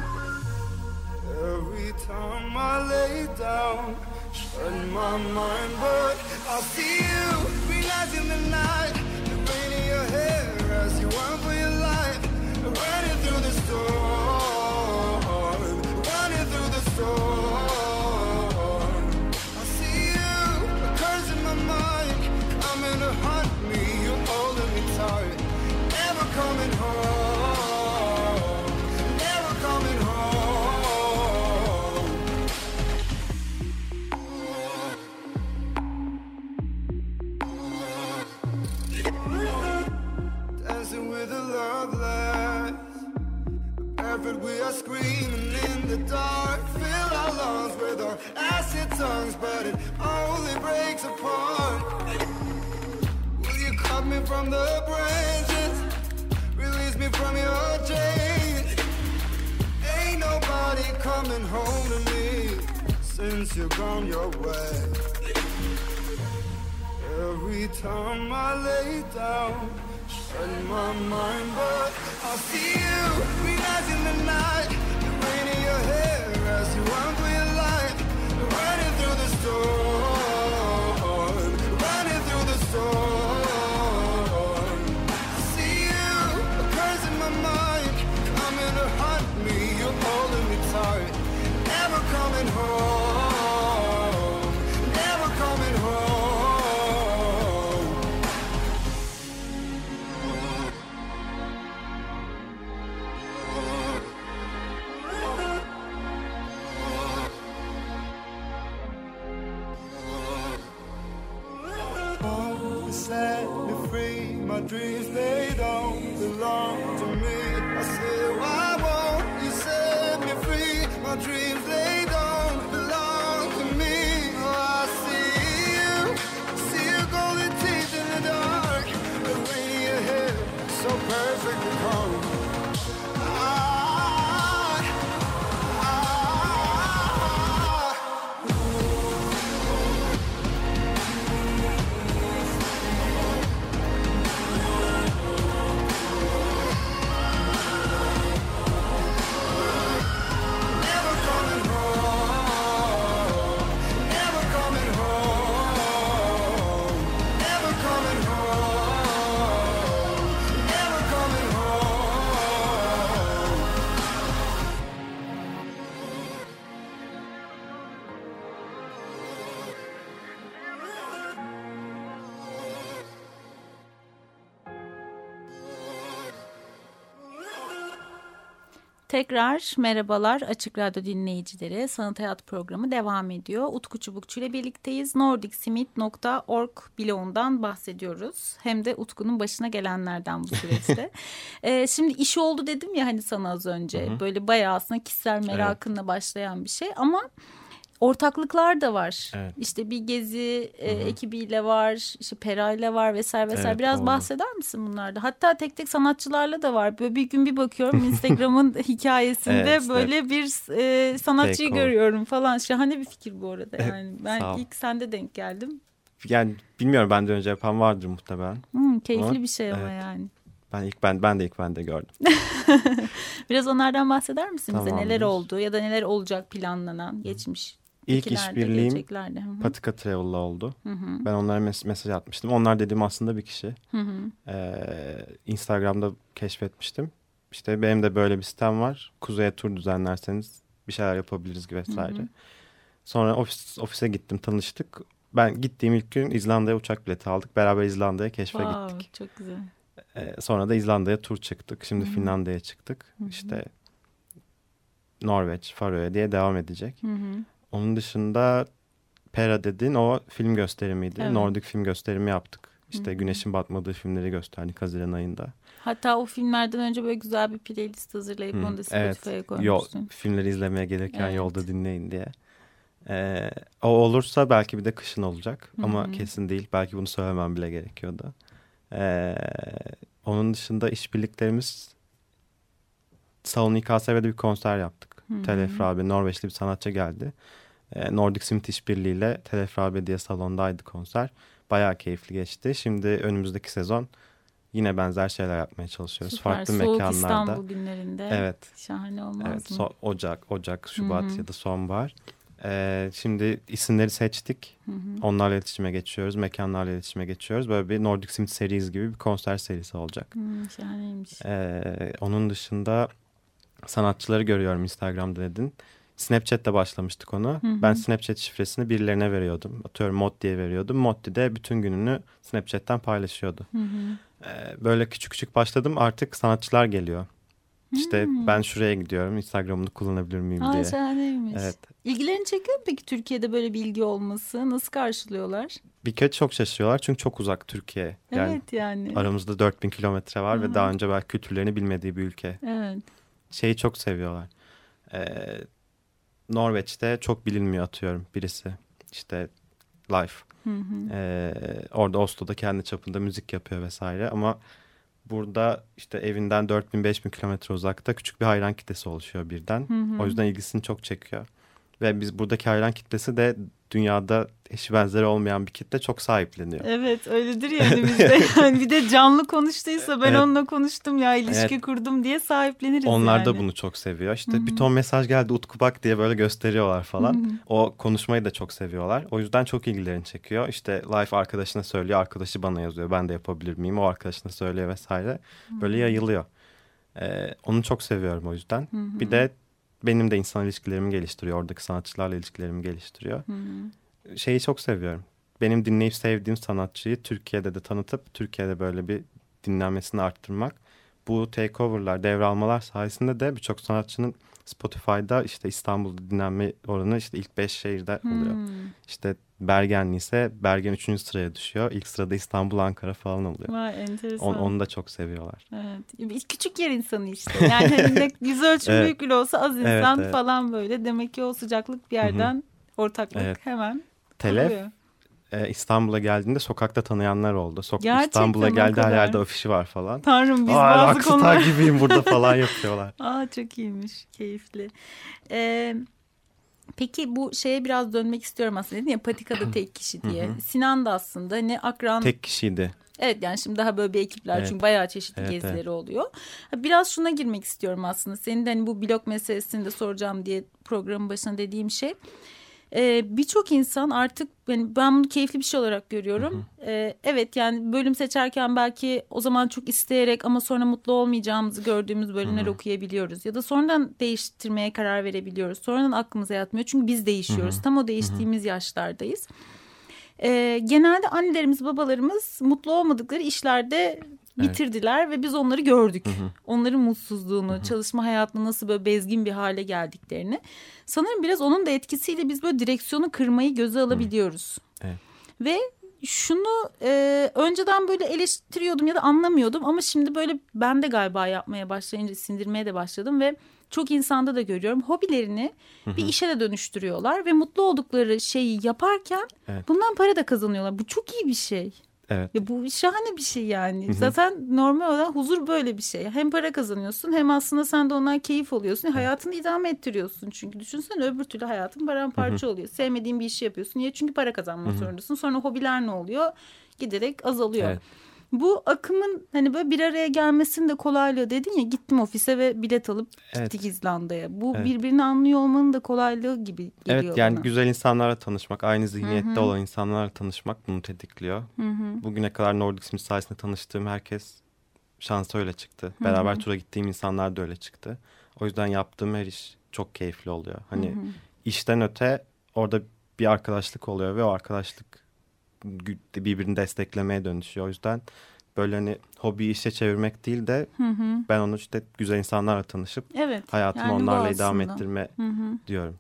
Every time I lay down, shut my mind, but I see you realize in the night, the rain in your hair as you run for your life, running through the storm, running through the storm. I see you, a curse in my mind, coming to hunt me, you holding me tight, never coming home, never coming home. Dancing with the loveless, barefoot we are screaming in the dark, fill our lungs with our acid tongues, but it only breaks apart. Will you cut me from the branches, release me from your chains? Ain't nobody coming home to me since you've gone your way. Every time I lay down, shut my mind, but I see you realize in the night, the rain in your hair as you run for your life, running through the storm, running through the storm. I see you, a curse in my mind, coming to hunt me, you're holding me tight, never coming home, never coming home. Set me free, my dreams, they don't belong to me. I say, why won't you set me free? My dreams, they don't belong to me. Oh, I see you, see your golden teeth in the dark, the rain in your hair, so perfectly calm.
Tekrar merhabalar Açık Radyo dinleyicileri. Sanat Hayat programı devam ediyor. Utku Çubukçu ile birlikteyiz. nordic simit nokta org blogundan bahsediyoruz. Hem de Utku'nun başına gelenlerden bu süreçte. ee, şimdi iş oldu dedim ya hani sana az önce. Hı hı. Böyle bayağı aslında kişisel merakınla evet. başlayan bir şey ama ortaklıklar da var. Evet. İşte bir gezi e, ekibiyle var, işte Pera'yla var vesaire vesaire. Evet, biraz oldu. Bahseder misin bunlarda? Hatta tek tek sanatçılarla da var. Böyle bir gün bir bakıyorum Instagram'ın hikayesinde evet, böyle evet. bir e, sanatçıyı tek görüyorum oldu. Falan. Şahane bir fikir bu arada. Yani ben ilk sende denk geldim.
Yani bilmiyorum, benden önce yapan vardır muhtemelen.
Hmm, keyifli ama, bir şey ama evet. yani.
Ben ilk ben ben de ilk ben de gördüm.
Biraz onlardan bahseder misin bize? Neler oldu ya da neler olacak planlanan, geçmiş?
İlk işbirliğim Patika Travel'la oldu. Hı hı. Ben onlara mes- mesaj atmıştım. Onlar dediğim aslında bir kişi. Hı hı. Ee, Instagram'da keşfetmiştim. İşte benim de böyle bir sitem var. Kuzey'e tur düzenlerseniz bir şeyler yapabiliriz vesaire. Hı hı. Sonra ofis, ofise gittim, tanıştık. Ben gittiğim ilk gün İzlanda'ya uçak bileti aldık. Beraber İzlanda'ya keşfe wow, gittik.
Çok güzel.
Ee, sonra da İzlanda'ya tur çıktık. Şimdi hı hı. Finlandiya'ya çıktık. Hı hı. İşte Norveç, Faroe diye devam edecek. Hı hı. Onun dışında Pera dediğin o film gösterimiydi. Evet. Nordic film gösterimi yaptık. İşte Hı-hı. güneşin batmadığı filmleri gösterdik Haziran ayında.
Hatta o filmlerden önce böyle güzel bir playlist hazırlayıp Hı. onu da Spotify'ya evet. koymuştun.
Yol, filmleri izlemeye gelirken evet. yolda dinleyin diye. Ee, o olursa belki bir de kışın olacak. Hı-hı. Ama kesin değil. Belki bunu söylemem bile gerekiyordu. Ee, onun dışında işbirliklerimiz Salon İ K S V'de bir konser yaptık. Telefra abi, Norveçli bir sanatçı geldi. E, Nordic Simit işbirliğiyle Telefra Belediye Salonu'ndaydı konser. Bayağı keyifli geçti. Şimdi önümüzdeki sezon yine benzer şeyler yapmaya çalışıyoruz.
Süper.
Farklı
Soğuk
mekanlarda.
İstanbul günlerinde.
Evet.
Şahane olmaz
Evet,
mı?
so- Ocak, Ocak, Şubat
Hı-hı.
ya da sonbahar. Ee, şimdi isimleri seçtik.
Hı-hı.
Onlarla iletişime geçiyoruz. Mekanlarla iletişime geçiyoruz. Böyle bir Nordic Simit Series gibi bir konser serisi olacak.
Hı, şahaneymiş.
Ee, onun dışında sanatçıları görüyorum Instagram'da dedin. Snapchat'te başlamıştık onu.
Hı-hı.
Ben Snapchat şifresini birilerine veriyordum. Atıyorum Mod diye veriyordum. Mod de bütün gününü Snapchat'ten paylaşıyordu. Ee, böyle küçük küçük başladım. Artık sanatçılar geliyor. İşte hmm. ben şuraya gidiyorum, Instagram'ını kullanabilir miyim
Aa,
diye.
Şahaneymiş.
Evet.
İlgilerini çekiyor mu peki Türkiye'de böyle bir ilgi olması? Nasıl karşılıyorlar?
Bir kere çok şaşırıyorlar çünkü çok uzak Türkiye. Yani
evet yani.
Aramızda dört bin kilometre var
Hı-hı.
ve daha önce belki kültürlerini bilmediği bir ülke.
Evet.
Şeyi çok seviyorlar. Ee, Norveç'te çok bilinmiyor atıyorum birisi. İşte Life. Ee, orada Oslo'da kendi çapında müzik yapıyor vesaire ama burada işte evinden dört bin beş bin kilometre uzakta küçük bir hayran kitlesi oluşuyor birden. Hı hı. O yüzden ilgisini çok çekiyor. Ve biz buradaki hayran kitlesi de dünyada eşi benzeri olmayan bir kitle çok sahipleniyor.
Evet öyledir ya önümüzde. Yani bir de canlı konuştuysa ben evet. onunla konuştum ya ilişki evet. kurdum diye sahipleniriz.
Onlar
yani.
da bunu çok seviyor. İşte Hı-hı. bir ton mesaj geldi Utku bak diye böyle gösteriyorlar falan. Hı-hı. O konuşmayı da çok seviyorlar. O yüzden çok ilgilerini çekiyor. İşte Life arkadaşına söylüyor. Arkadaşı bana yazıyor. Ben de yapabilir miyim? O arkadaşına söylüyor vesaire. Hı-hı. Böyle yayılıyor. Ee, onu çok seviyorum o yüzden. Hı-hı. Bir de benim de insan ilişkilerimi geliştiriyor. Oradaki sanatçılarla ilişkilerimi geliştiriyor. Hı-hı. Şeyi çok seviyorum. Benim dinleyip sevdiğim sanatçıyı Türkiye'de de tanıtıp Türkiye'de böyle bir dinlenmesini arttırmak. Bu takeover'lar, devralmalar sayesinde de birçok sanatçının Spotify'da işte İstanbul'da dinlenme oranı işte ilk beş şehirde oluyor. Hmm. İşte Bergenli ise Bergen üçüncü sıraya düşüyor. İlk sırada İstanbul, Ankara falan oluyor.
Vay enteresan.
On, onu da çok seviyorlar.
Evet. Küçük yer insanı işte. Yani hani yüz ölçüm evet. büyük bile olsa az insan evet, falan evet. böyle. Demek ki o sıcaklık bir yerden Hı-hı. ortaklık evet. hemen
Telef
oluyor.
e, İstanbul'a geldiğinde sokakta tanıyanlar oldu. Sok- İstanbul'a geldi her yerde afişi var falan.
Tanrım biz
Aa,
bazı konular.
Rockstar gibiyim burada falan yapıyorlar.
Aa çok iyiymiş, keyifli. Ee, peki bu şeye biraz dönmek istiyorum aslında. Dedin ya patikada tek kişi diye. Sinan da aslında ne akran...
Tek kişiydi.
Evet yani şimdi daha böyle bir ekipler evet. çünkü bayağı çeşitli evet, gezileri evet. oluyor. Biraz şuna girmek istiyorum aslında. Senin de hani bu blog meselesini de soracağım diye programın başına dediğim şey. Ee, birçok insan artık yani ben bunu keyifli bir şey olarak görüyorum. Hı hı. Ee, evet yani bölüm seçerken belki o zaman çok isteyerek ama sonra mutlu olmayacağımızı gördüğümüz bölümler hı hı. okuyabiliyoruz. Ya da sonradan değiştirmeye karar verebiliyoruz. Sonradan aklımıza yatmıyor çünkü biz değişiyoruz. Hı hı. Tam o değiştiğimiz hı hı. yaşlardayız. Ee, genelde annelerimiz babalarımız mutlu olmadıkları işlerde bitirdiler evet. ve biz onları gördük. Hı hı. Onların mutsuzluğunu, hı hı. çalışma hayatına nasıl böyle bezgin bir hale geldiklerini. Sanırım biraz onun da etkisiyle biz böyle direksiyonu kırmayı göze alabiliyoruz. Hı. Evet. Ve şunu e, önceden böyle eleştiriyordum ya da anlamıyordum ama şimdi böyle ben de galiba yapmaya başlayınca sindirmeye de başladım ve çok insanda da görüyorum. Hobilerini hı hı. bir işe de dönüştürüyorlar ve mutlu oldukları şeyi yaparken evet. bundan para da kazanıyorlar. Bu çok iyi bir şey.
Evet.
Ya bu şahane bir şey yani. Hı hı. Zaten normal olarak huzur böyle bir şey. Hem para kazanıyorsun hem aslında sen de ondan keyif alıyorsun. Evet. Hayatını idame ettiriyorsun çünkü. Düşünsene öbür türlü hayatın paramparça hı hı. oluyor. Sevmediğin bir işi yapıyorsun. Niye? Çünkü para kazanmak hı hı. zorundasın. Sonra hobiler ne oluyor? Giderek azalıyor. Evet. Bu akımın hani böyle bir araya gelmesinin de kolaylığı dedin ya gittim ofise ve bilet alıp evet. gittik İzlanda'ya. Bu evet. birbirini anlıyor olmanın da kolaylığı gibi geliyor
Evet yani
bana. Güzel
insanlarla tanışmak, aynı zihniyette Hı-hı. olan insanlarla tanışmak bunu tetikliyor. Hı-hı. Bugüne kadar Nordic Simit sayesinde tanıştığım herkes şansı öyle çıktı. Hı-hı. Beraber tura gittiğim insanlar da öyle çıktı. O yüzden yaptığım her iş çok keyifli oluyor. Hani Hı-hı. işten öte orada bir arkadaşlık oluyor ve o arkadaşlık birbirini desteklemeye dönüşüyor. O yüzden böyle hani hobi işe çevirmek değil de hı hı. ben onu işte güzel insanlarla tanışıp evet, hayatımı yani onlarla idame ettirme hı hı. diyorum.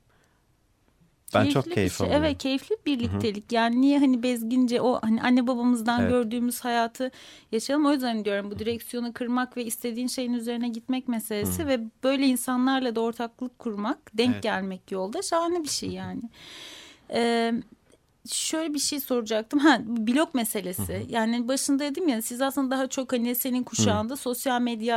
Ben keyifli çok keyif şey. alıyorum.
Evet keyifli birliktelik. Hı hı. Yani niye hani bezgince o hani anne babamızdan evet. gördüğümüz hayatı yaşayalım. O yüzden diyorum bu direksiyonu kırmak ve istediğin şeyin üzerine gitmek meselesi hı. ve böyle insanlarla da ortaklık kurmak, denk evet. gelmek yolda şahane bir şey yani. Evet. Şöyle bir şey soracaktım. Ha, blog meselesi. Hı hı. Yani başında dedim ya siz aslında daha çok hani senin kuşağında hı. sosyal medya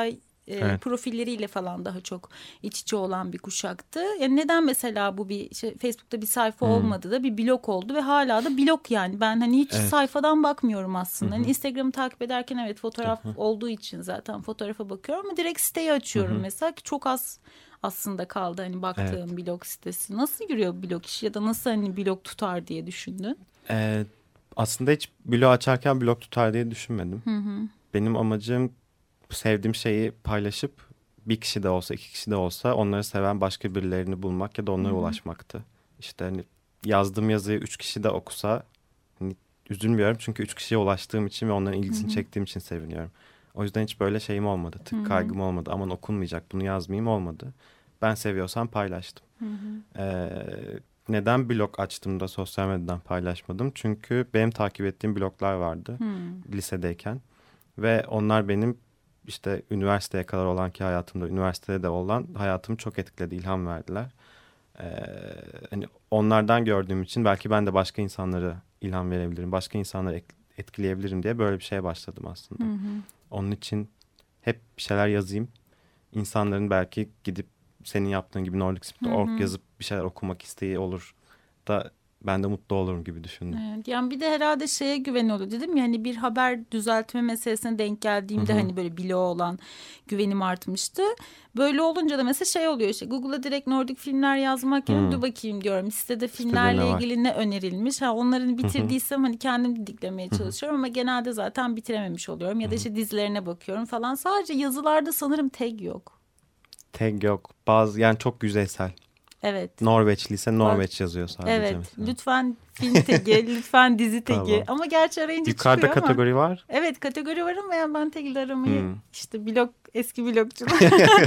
evet. profilleriyle falan daha çok iç içe olan bir kuşaktı. Yani neden mesela bu bir şey, Facebook'ta bir sayfa hmm. olmadı da bir blog oldu ve hala da blog yani. Ben hani hiç evet. sayfadan bakmıyorum aslında. Hani Instagram'ı takip ederken evet fotoğraf olduğu için zaten fotoğrafa bakıyorum ama direkt siteyi açıyorum mesela ki çok az aslında kaldı hani baktığım evet. blog sitesi. Nasıl yürüyor blog işi ya da nasıl hani blog tutar diye düşündün?
Evet. Aslında hiç blog açarken blog tutar diye düşünmedim. Hı hı. Benim amacım sevdiğim şeyi paylaşıp bir kişi de olsa iki kişi de olsa onları seven başka birilerini bulmak ya da onlara hı hı. ulaşmaktı. İşte hani yazdığım yazıyı üç kişi de okusa hani üzülmüyorum çünkü üç kişiye ulaştığım için ve onların ilgisini hı hı. çektiğim için seviniyorum. O yüzden hiç böyle şeyim olmadı. Tık hı hı. kaygım olmadı. Aman okunmayacak bunu yazmayayım olmadı. Ben seviyorsam paylaştım. Hı hı. Ee, neden blog açtığımda sosyal medyadan paylaşmadım? Çünkü benim takip ettiğim bloglar vardı hı. lisedeyken. Ve onlar benim işte üniversiteye kadar olan ki hayatımda, üniversitede de olan hayatımı çok etkiledi, ilham verdiler. Ee, hani onlardan gördüğüm için belki ben de başka insanlara ilham verebilirim, başka insanları etkileyebilirim diye böyle bir şeye başladım aslında. Hı hı. Onun için hep bir şeyler yazayım. İnsanların belki gidip senin yaptığın gibi nordic script nokta org yazıp bir şeyler okumak isteği olur da ben de mutlu olurum gibi düşündüm.
Evet, yani bir de herhalde şeye güveniyordu dedim ya hani bir haber düzeltme meselesine denk geldiğimde hı hı. hani böyle bloğa olan güvenim artmıştı. Böyle olunca da mesela şey oluyor işte Google'a direkt Nordik filmler yazmak yerine dur bakayım diyorum. Sitede filmlerle ne ilgili ne önerilmiş. Ha, onları bitirdiysem hani kendim didiklemeye çalışıyorum ama genelde zaten bitirememiş oluyorum. Ya da işte dizilerine bakıyorum falan. Sadece yazılarda sanırım tag yok.
Tag yok. Bazı yani çok yüzeysel.
Evet.
Norveçliyse Norveç yazıyor sadece.
Evet.
Mesela.
Lütfen film tagi, lütfen dizi tagi. Tamam. Ama gerçi arayınca
yukarıda
çıkıyor ama.
Yukarıda kategori var.
Evet kategori var ama yani ben tag ile aramayı hmm. işte blog, eski blogcular.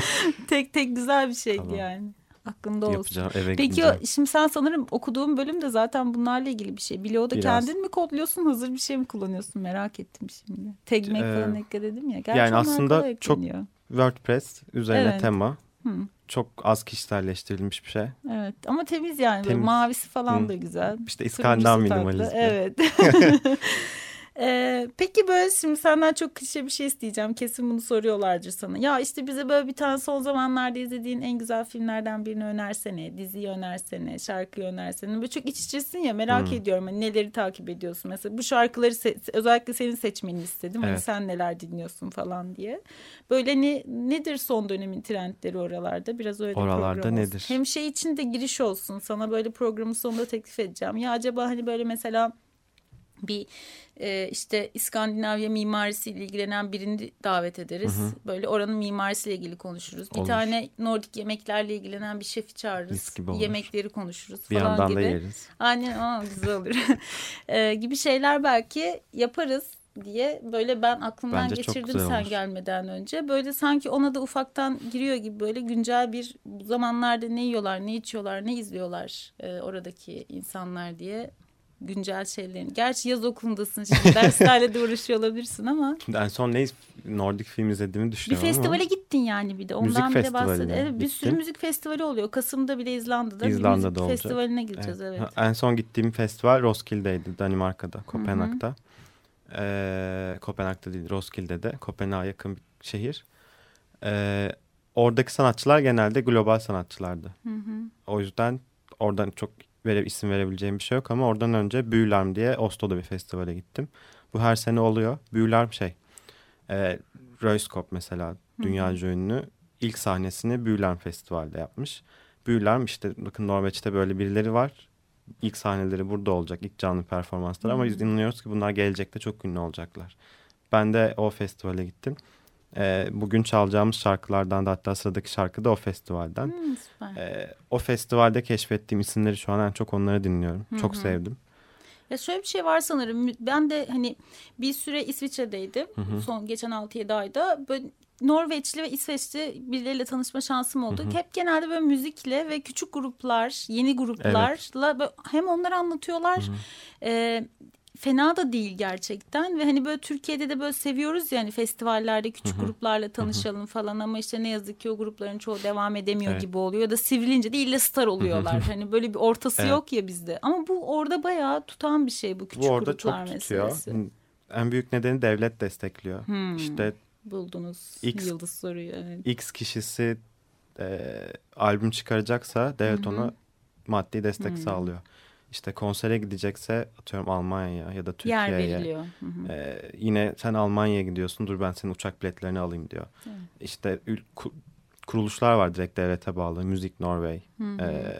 tek tek güzel bir şeydi tamam. yani. Aklında olsun.
Yapacağım, eve
Peki
gideceğim.
şimdi sen sanırım okuduğum bölüm de zaten bunlarla ilgili bir şey. Blog'da Biraz. kendin mi kodluyorsun, hazır bir şey mi kullanıyorsun? Merak ettim şimdi. Tagmek ee, falan ekle dedim ya. Gerçi
yani aslında çok WordPress üzerine evet. tema. Hı. Çok az kişiselleştirilmiş bir şey.
Evet ama temiz yani. Temiz. Mavisi falan Hı. da güzel.
İşte İskandinav minimalizmi.
Evet. Ee, peki böyle şimdi senden çok klişe bir şey isteyeceğim. Kesin bunu soruyorlardır sana. Ya işte bize böyle bir tane son zamanlarda izlediğin en güzel filmlerden birini önersene. Diziyi önersene. Şarkıyı önersene. Böyle çok iç içesin ya merak hmm. ediyorum. Hani neleri takip ediyorsun? Mesela bu şarkıları se- özellikle senin seçmeni istedim. Evet. Hani sen neler dinliyorsun falan diye. Böyle ne, nedir son dönemin trendleri oralarda? Biraz öyle
oralarda
program
nedir?
olsun. Hem şey için de giriş olsun. Sana böyle programın sonunda teklif edeceğim. Ya acaba hani böyle mesela bir e, işte İskandinavya mimarisiyle ilgilenen birini davet ederiz. Hı hı. Böyle oranın mimarisiyle ilgili konuşuruz. Olur. Bir tane Nordik yemeklerle ilgilenen bir şefi çağırırız. Yemekleri konuşuruz
bir
falan gibi.
Bir yandan da yeriz.
Aynen aa, güzel olur. e, gibi şeyler belki yaparız diye böyle ben aklımdan Bence geçirdim sen olur. gelmeden önce. Böyle sanki ona da ufaktan giriyor gibi böyle güncel bir bu zamanlarda ne yiyorlar, ne içiyorlar, ne izliyorlar e, oradaki insanlar diye. Güncel şeylerini. Gerçi yaz okulundasın şimdi. Derslerle de uğraşıyor olabilirsin ama.
Şimdi en son ne Nordik film izlediğimi düşünüyorum
Bir festivale
ama.
gittin yani bir de. Ondan
müzik
bir de bahsedelim. Evet, bir
gittim.
sürü müzik festivali oluyor. Kasım'da bile İzlanda'da,
İzlanda'da
bir müzik
olacak.
festivaline gideceğiz. Evet.
Evet. En son gittiğim festival Roskilde'ydi. Danimarka'da, Kopenhag'da. Ee, Kopenhag'da değil, Roskilde'de. Kopenhag'a yakın bir şehir. Ee, oradaki sanatçılar genelde global sanatçılardı. Hı hı. O yüzden oradan çok Vere, isim verebileceğim bir şey yok ama oradan önce Büyülarm diye Oslo'da bir festivale gittim. Bu her sene oluyor. Büyülarm şey, e, Röyskop mesela dünyaca ünlü ilk sahnesini Büyülarm Festival'de yapmış. Büyülarm işte bakın Norveç'te böyle birileri var. İlk sahneleri burada olacak, ilk canlı performanslar ama biz inanıyoruz ki bunlar gelecekte çok ünlü olacaklar. Ben de o festivale gittim. Ee, bugün çalacağımız şarkılardan da hatta sıradaki şarkı da o festivalden.
Hmm, süper.
Ee, o festivalde keşfettiğim isimleri şu an en çok onları dinliyorum. Hı-hı. Çok sevdim.
Ya şöyle bir şey var sanırım. Ben de hani bir süre İsviçre'deydim. Hı-hı. Son geçen altı yedi ayda. Böyle Norveçli ve İsveçli birileriyle tanışma şansım oldu. Hı-hı. Hep genelde böyle müzikle ve küçük gruplar, yeni gruplarla evet. hem onları anlatıyorlar. Ee, fena da değil gerçekten ve hani böyle Türkiye'de de böyle seviyoruz yani festivallerde küçük Hı-hı. gruplarla tanışalım Hı-hı. falan ama işte ne yazık ki o grupların çoğu devam edemiyor evet. gibi oluyor ya da sivrilince de ille star oluyorlar. Hani böyle bir ortası evet. yok ya bizde ama bu orada bayağı tutan bir şey bu küçük
bu orada
gruplar
çok
meselesi.
Tutuyor. En büyük nedeni devlet destekliyor. Hmm. İşte
buldunuz
X,
yıldız soruyu? Evet.
X kişisi e, albüm çıkaracaksa devlet Hı-hı. ona maddi destek Hı-hı. sağlıyor. İşte konsere gidecekse atıyorum Almanya'ya ya da Türkiye'ye.
Yer veriliyor.
E, yine sen Almanya'ya gidiyorsun, dur ben senin uçak biletlerini alayım diyor. Hı. İşte ku, kuruluşlar var direkt devlete bağlı. Müzik Norway, e,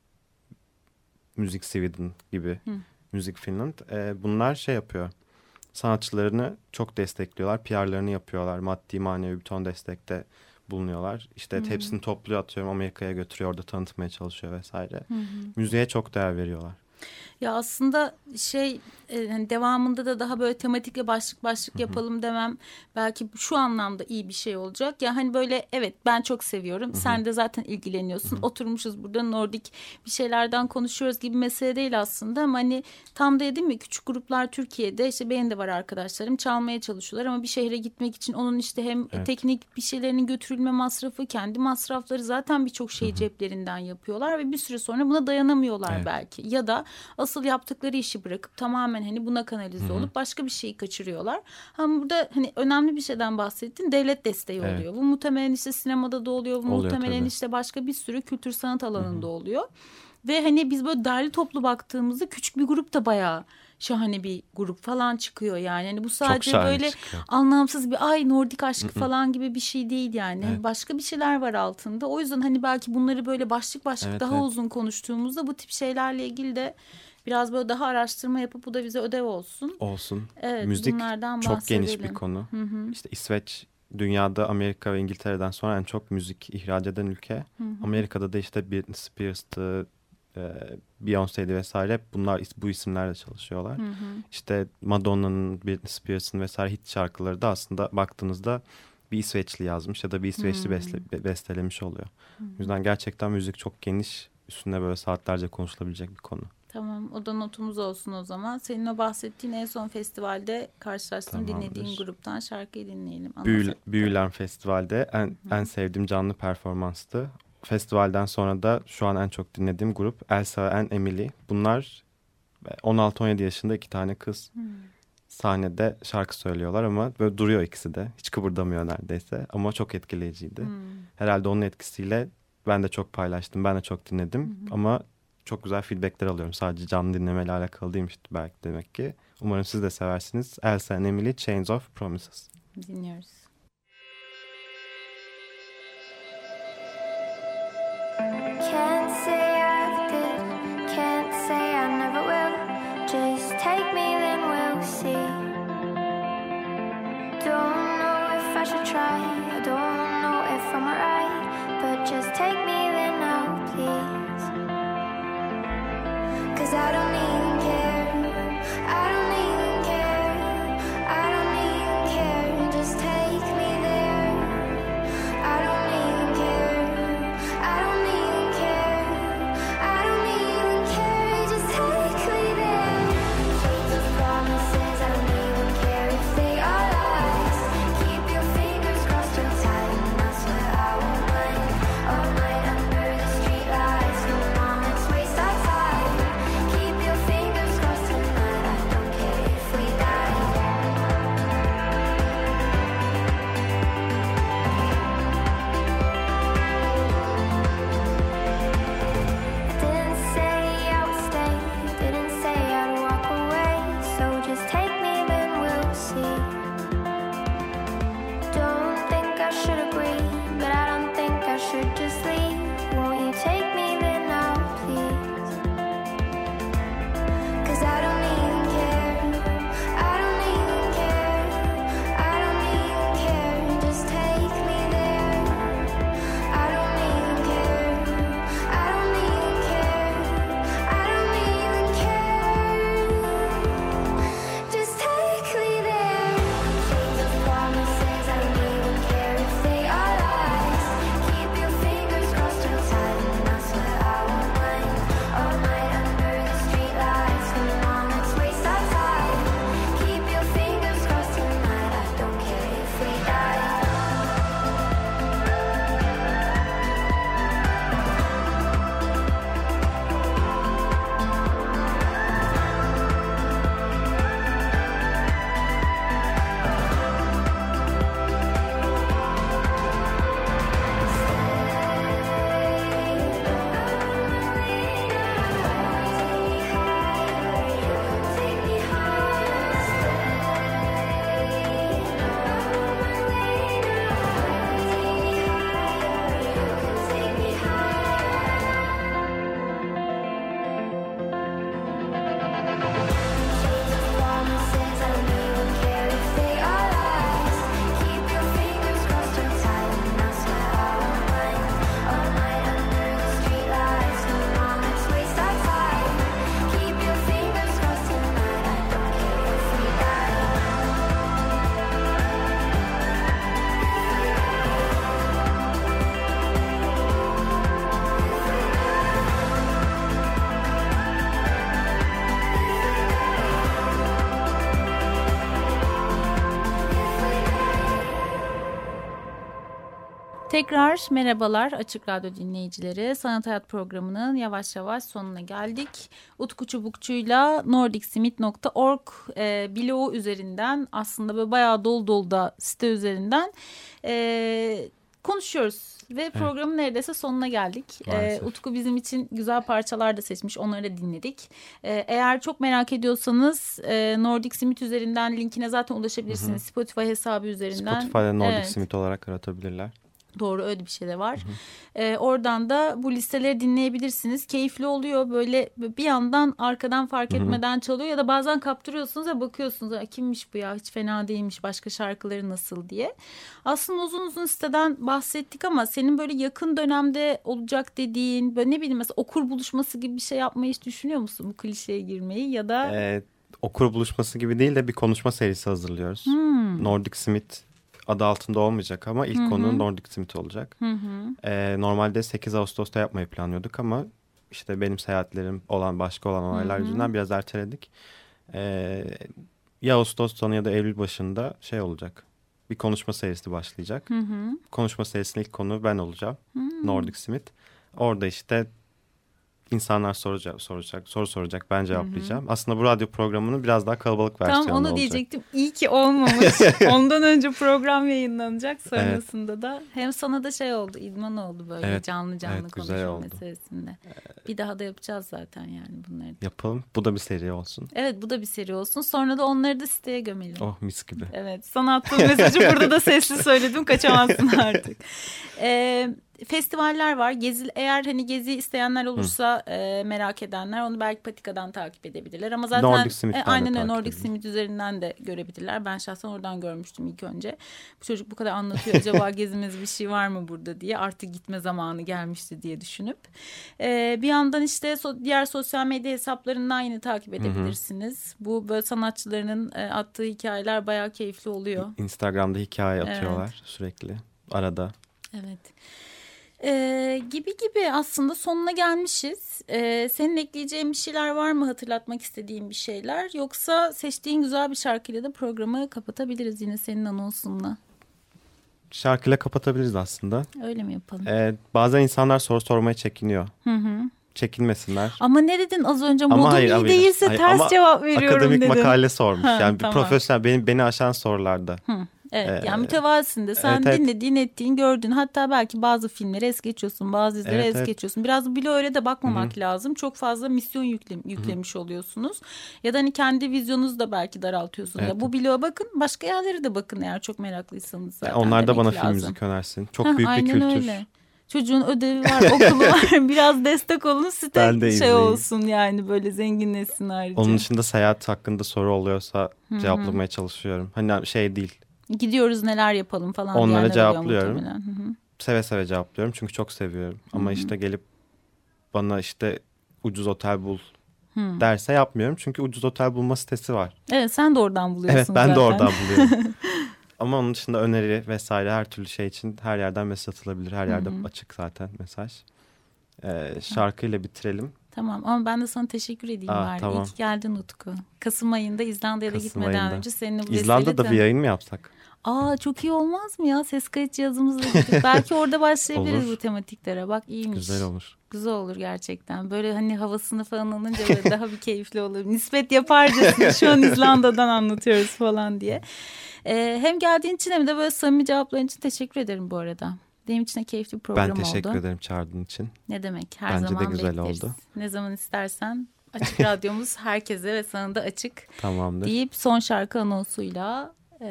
Müzik Sweden gibi, Hı. Müzik Finland. E, bunlar şey yapıyor. Sanatçılarını çok destekliyorlar. P R'larını yapıyorlar. Maddi manevi bir ton destekte bulunuyorlar. İşte hmm. hepsini topluyor, atıyorum Amerika'ya götürüyor. Orada tanıtmaya çalışıyor vesaire. Hmm. Müziğe çok değer veriyorlar.
Ya aslında şey e, devamında da daha böyle tematikle başlık başlık yapalım Hı-hı. demem belki şu anlamda iyi bir şey olacak. Ya hani böyle evet ben çok seviyorum. Hı-hı. Sen de zaten ilgileniyorsun. Hı-hı. Oturmuşuz burada Nordik bir şeylerden konuşuyoruz gibi mesele değil aslında. Ama hani tam da dedim mi küçük gruplar Türkiye'de işte benim de var arkadaşlarım çalmaya çalışıyorlar ama bir şehre gitmek için onun işte hem evet. teknik bir şeylerinin götürülme masrafı, kendi masrafları zaten birçok şeyi Hı-hı. ceplerinden yapıyorlar ve bir süre sonra buna dayanamıyorlar evet. belki. Ya da asıl yaptıkları işi bırakıp tamamen hani buna kanalize Hı-hı. olup başka bir şeyi kaçırıyorlar. Ama burada hani önemli bir şeyden bahsettin. Devlet desteği evet. oluyor. Bu muhtemelen işte sinemada da oluyor. Bu oluyor, muhtemelen tabii. işte başka bir sürü kültür sanat alanında Hı-hı. oluyor. Ve hani biz böyle derli toplu baktığımızda küçük bir grup da bayağı şahane bir grup falan çıkıyor yani. Yani bu sadece böyle çıkıyor. Anlamsız bir ay Nordik aşkı Hı-hı. falan gibi bir şey değil yani. Evet. Başka bir şeyler var altında. O yüzden hani belki bunları böyle başlık başlık evet, daha evet. uzun konuştuğumuzda bu tip şeylerle ilgili de biraz böyle daha araştırma yapıp bu da bize ödev olsun.
Olsun.
Evet,
müzik
bunlardan
çok
bahsedelim.
geniş bir konu.
Hı-hı.
İşte İsveç dünyada Amerika ve İngiltere'den sonra en çok müzik ihraç eden ülke. Hı-hı. Amerika'da da işte Britney Spears'tı, Beyoncé'di vesaire. Bunlar bu isimlerle çalışıyorlar. Hı hı. İşte Madonna'nın, Britney Spears'ın vesaire hit şarkıları da aslında baktığınızda bir İsveçli yazmış ya da bir İsveçli besle, bestelemiş oluyor. Hı hı. O yüzden gerçekten müzik çok geniş, üstünde böyle saatlerce konuşulabilecek bir konu.
Tamam, o da notumuz olsun o zaman. Senin o bahsettiğin en son festivalde karşılaştığın, dinlediğin gruptan şarkıyı dinleyelim.
Büyü, Büyülen Festival'de en, Hı-hı. en sevdiğim canlı performanstı. Festivalden sonra da şu an en çok dinlediğim grup Elsa and Emily. Bunlar on altı on yedi yaşında iki tane kız. Hmm. Sahnede şarkı söylüyorlar ama böyle duruyor ikisi de. Hiç kıpırdamıyor neredeyse ama çok etkileyiciydi. Hmm. Herhalde onun etkisiyle ben de çok paylaştım. Ben de çok dinledim hmm. ama çok güzel feedbackler alıyorum. Sadece canlı dinlemeyle alakalı değilmiş belki demek ki. Umarım siz de seversiniz. Elsa and Emily, Chains of Promises.
Dinliyoruz.
Can't say I did, can't say I never will. Just take me, then we'll see. Don't know if I should try, I don't know if I'm right, but just take me, then now, please. 'Cause I don't even care, I don't even care, I don't even care, just take me there. I don't even care, I don't even care, I don't even care, just take me there. Chains of promises, I don't even care if they are lies. Keep your fingers crossed and tight, and I swear I won't mind. All night under the street lights, come on, let's waste our time. Keep your fingers
Tekrar merhabalar Açık Radyo dinleyicileri. Sanat Hayat programının yavaş yavaş sonuna geldik. Utku Çubukçu'yla nordic smith nokta org e, blogu üzerinden aslında böyle bayağı dolu dolu da site üzerinden e, konuşuyoruz. Ve programın evet. neredeyse sonuna geldik. E, Utku bizim için güzel parçalar da seçmiş. Onları da dinledik. E, eğer çok merak ediyorsanız e, Nordic Smith üzerinden linkine zaten ulaşabilirsiniz. Hı-hı. Spotify hesabı üzerinden.
Spotify'da Nordic
evet.
Smith olarak aratabilirler.
Doğru, öyle bir şey de var. Ee, oradan da bu listeleri dinleyebilirsiniz. Keyifli oluyor. Böyle bir yandan arkadan fark etmeden Hı-hı. çalıyor. Ya da bazen kaptırıyorsunuz ve bakıyorsunuz. Kimmiş bu ya? Hiç fena değilmiş. Başka şarkıları nasıl diye. Aslında uzun uzun siteden bahsettik ama senin böyle yakın dönemde olacak dediğin böyle ne bileyim mesela okur buluşması gibi bir şey yapmayı hiç düşünüyor musun? Bu klişeye girmeyi ya da...
Ee, okur buluşması gibi değil de bir konuşma serisi hazırlıyoruz. Hmm. Nordic Smith adı altında olmayacak ama ilk Hı-hı. konu Nordic Smith olacak. Ee, normalde sekiz Ağustos'ta yapmayı planlıyorduk ama işte benim seyahatlerim olan başka olan olaylar Hı-hı. yüzünden biraz erteledik. Ee, ya Ağustos sonu ya da Eylül başında şey olacak. Bir konuşma serisi başlayacak. Hı-hı. Konuşma serisinin ilk konu ben olacağım. Hı-hı. Nordic Smith. Orada işte İnsanlar soracak, soracak, soru soracak, ben cevaplayacağım. Hı hı. Aslında bu radyo programının biraz daha kalabalık versiyonu olacak.
Tam onu olacak. Diyecektim. İyi ki olmamış. Ondan önce program yayınlanacak. Sonrasında evet. da hem sana da şey oldu, idman oldu böyle evet. canlı canlı evet, konuşma meselesinde. Evet. Bir daha da yapacağız zaten yani bunları.
Yapalım. Bu da bir seri olsun.
Evet, bu da bir seri olsun. Sonra da onları da siteye gömelim.
Oh, mis gibi.
Evet, sana attığım mesajı burada da sesli söyledim. Kaçamazsın artık. Evet. Festivaller var. Gezi, eğer hani gezi isteyenler olursa e, merak edenler onu belki Patika'dan takip edebilirler. Ama zaten
Nordic
e, aynen öyle Nordic Smith üzerinden de görebilirler. Ben şahsen oradan görmüştüm ilk önce. Bu çocuk bu kadar anlatıyor. Acaba gezimiz bir şey var mı burada diye. Artık gitme zamanı gelmişti diye düşünüp. E, bir yandan işte so, diğer sosyal medya hesaplarından yine takip edebilirsiniz. Hı hı. Bu böyle sanatçıların e, attığı hikayeler bayağı keyifli oluyor.
Instagram'da hikaye atıyorlar evet. sürekli. Arada.
Evet. Ee, gibi gibi aslında sonuna gelmişiz. Ee, senin ekleyeceğin bir şeyler var mı, hatırlatmak istediğin bir şeyler? Yoksa seçtiğin güzel bir şarkıyla da programı kapatabiliriz yine senin anonsunla.
Şarkıyla kapatabiliriz aslında.
Öyle mi yapalım?
Ee, bazen insanlar soru sormaya çekiniyor. Hı hı. Çekinmesinler.
Ama ne dedin az önce? Modum hayır, iyi hayır, değilse hayır, ters cevap veriyorum
akademik
dedin.
Akademik makale sormuş. Ha, yani tamam. Profesyonel beni, beni aşan sorularda. Hı.
Evet ee, yani mütevazısın da sen evet, dinlediğin ettiğin gördün hatta belki bazı filmleri es geçiyorsun bazı dizileri evet, es evet. geçiyorsun biraz bile öyle de bakmamak Hı-hı. lazım çok fazla misyon yükle, yüklemiş Hı-hı. oluyorsunuz ya da hani kendi vizyonunuzu da belki daraltıyorsunuz evet. ya bu bloğa bakın başka yerlere de bakın eğer çok meraklıysanız zaten
yani onlar da bana film müzik önersin çok Heh, büyük bir kültür. Öyle.
Çocuğun ödevi var, okulu var. Biraz destek olun, site şey izleyeyim. Olsun yani böyle zenginleşsin ayrıca.
Onun dışında seyahat hakkında soru oluyorsa Hı-hı. cevaplamaya çalışıyorum. Hani şey değil.
Gidiyoruz neler yapalım falan.
Onlara cevaplıyorum. Seve seve cevaplıyorum çünkü çok seviyorum. Hı-hı. Ama işte gelip bana işte ucuz otel bul Hı. derse yapmıyorum. Çünkü ucuz otel bulma sitesi var.
Evet sen de oradan buluyorsun
evet, ben
zaten.
de oradan buluyorum. Ama onun dışında öneri vesaire her türlü şey için her yerden mesaj atılabilir. Her yerde Hı-hı. açık zaten mesaj. Ee, şarkıyla bitirelim.
Tamam ama ben de sana teşekkür edeyim Aa, bari. Tamam. İyi ki geldin Utku. Kasım ayında İzlanda'ya da gitmeden ayında. önce seninle bu
İzlanda'da bir yayın mı yapsak?
Aa çok iyi olmaz mı ya? Ses kayıt cihazımızla gidip. Belki orada başlayabiliriz bu tematiklere. Bak iyiymiş.
Güzel olur.
Güzel olur gerçekten. Böyle hani havasını falan alınca böyle daha bir keyifli olur. Nispet yaparcasına şu an İzlanda'dan anlatıyoruz falan diye. Ee, hem geldiğin için hem de böyle samimi cevapların için teşekkür ederim bu arada. Benim için de keyifli bir program oldu.
Ben teşekkür
oldu.
ederim çağırdığın için.
Ne demek her
Bence
zaman
de güzel
bekleriz.
oldu.
Ne zaman istersen Açık Radyomuz herkese ve sana da açık.
Tamamdır.
Deyip son şarkı anonsuyla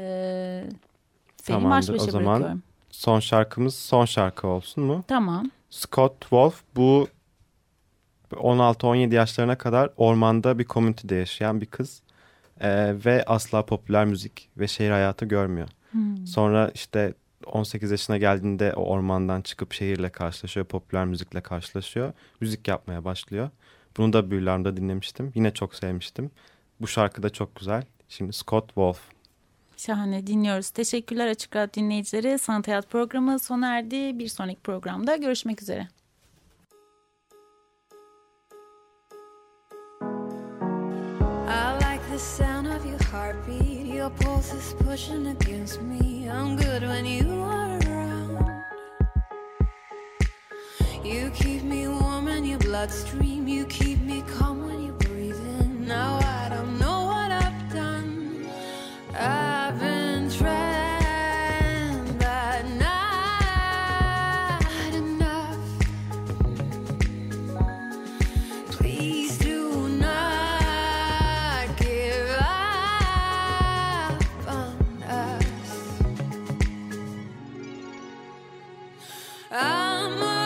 e, seni
Tamamdır.
baş başa
o zaman
bırakıyorum.
Son şarkımız son şarkı olsun mu?
Tamam.
Scott Wolf bu on altı on yedi yaşlarına kadar ormanda bir komünitede yaşayan bir kız. Ee, ve asla popüler müzik ve şehir hayatı görmüyor. Hmm. Sonra işte on sekiz yaşına geldiğinde o ormandan çıkıp şehirle karşılaşıyor, popüler müzikle karşılaşıyor. Müzik yapmaya başlıyor. Bunu da Büyülerim'de dinlemiştim. Yine çok sevmiştim. Bu şarkı da çok güzel. Şimdi Scott Wolf.
Şahane, dinliyoruz. Teşekkürler Açık Radyo dinleyicileri. Sanat Hayat programı sona erdi. Bir sonraki programda görüşmek üzere.
I like the sound of your heartbeat. Your pulse is pushing against me. I'm good when you are around. You keep me warm in your bloodstream. You keep me calm when you're breathing. Now I don't know what I've done. I've been trying, but not enough. Please do not give up on us. I'm a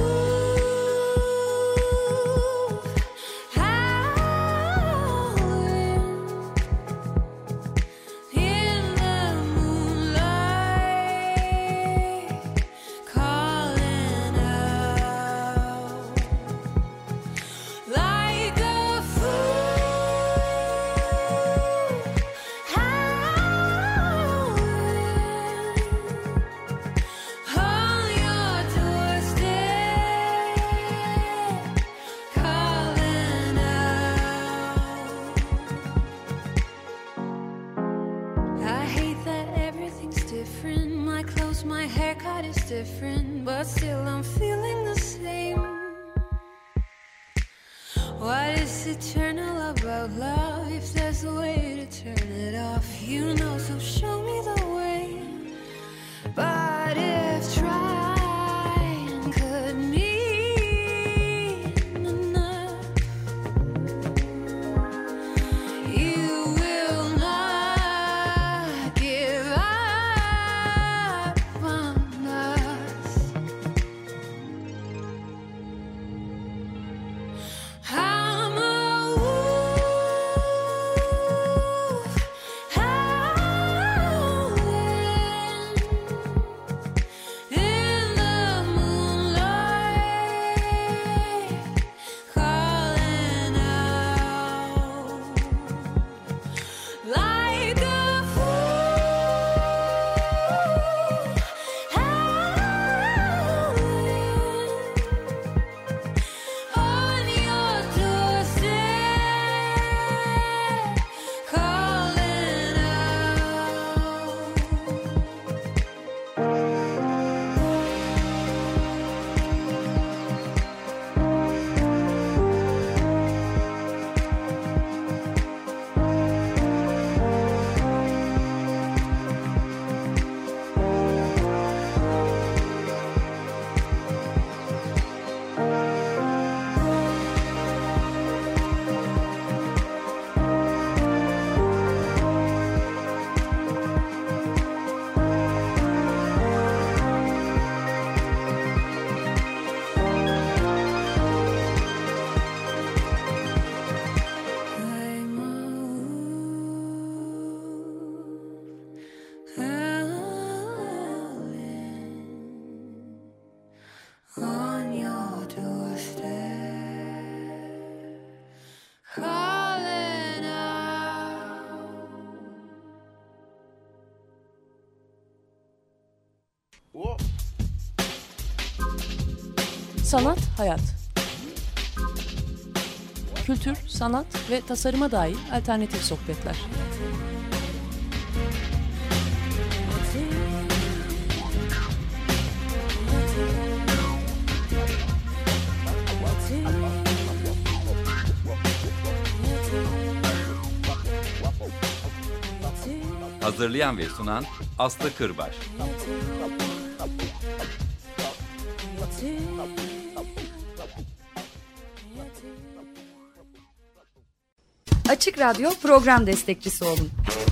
different, but still I'm feeling the same. What is eternal about love? If there's a way to turn it off, you know, so show me the way. But if trying could mean enough, you will not give up on us. I'm a wolf howling in the moonlight, calling out like a fool, howling on your doorstep, calling out. I'm a wolf howling on your doorstep, calling out.
Sanat, hayat. Kültür, sanat ve tasarıma dair alternatif sohbetler.
Hazırlayan ve sunan Aslı Kırbaş.
Açık Radyo program destekçisi olun.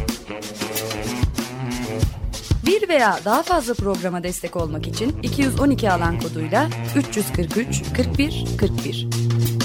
Bir veya daha fazla programa destek olmak için iki yüz on iki alan koduyla üç yüz kırk üç kırk bir kırk bir.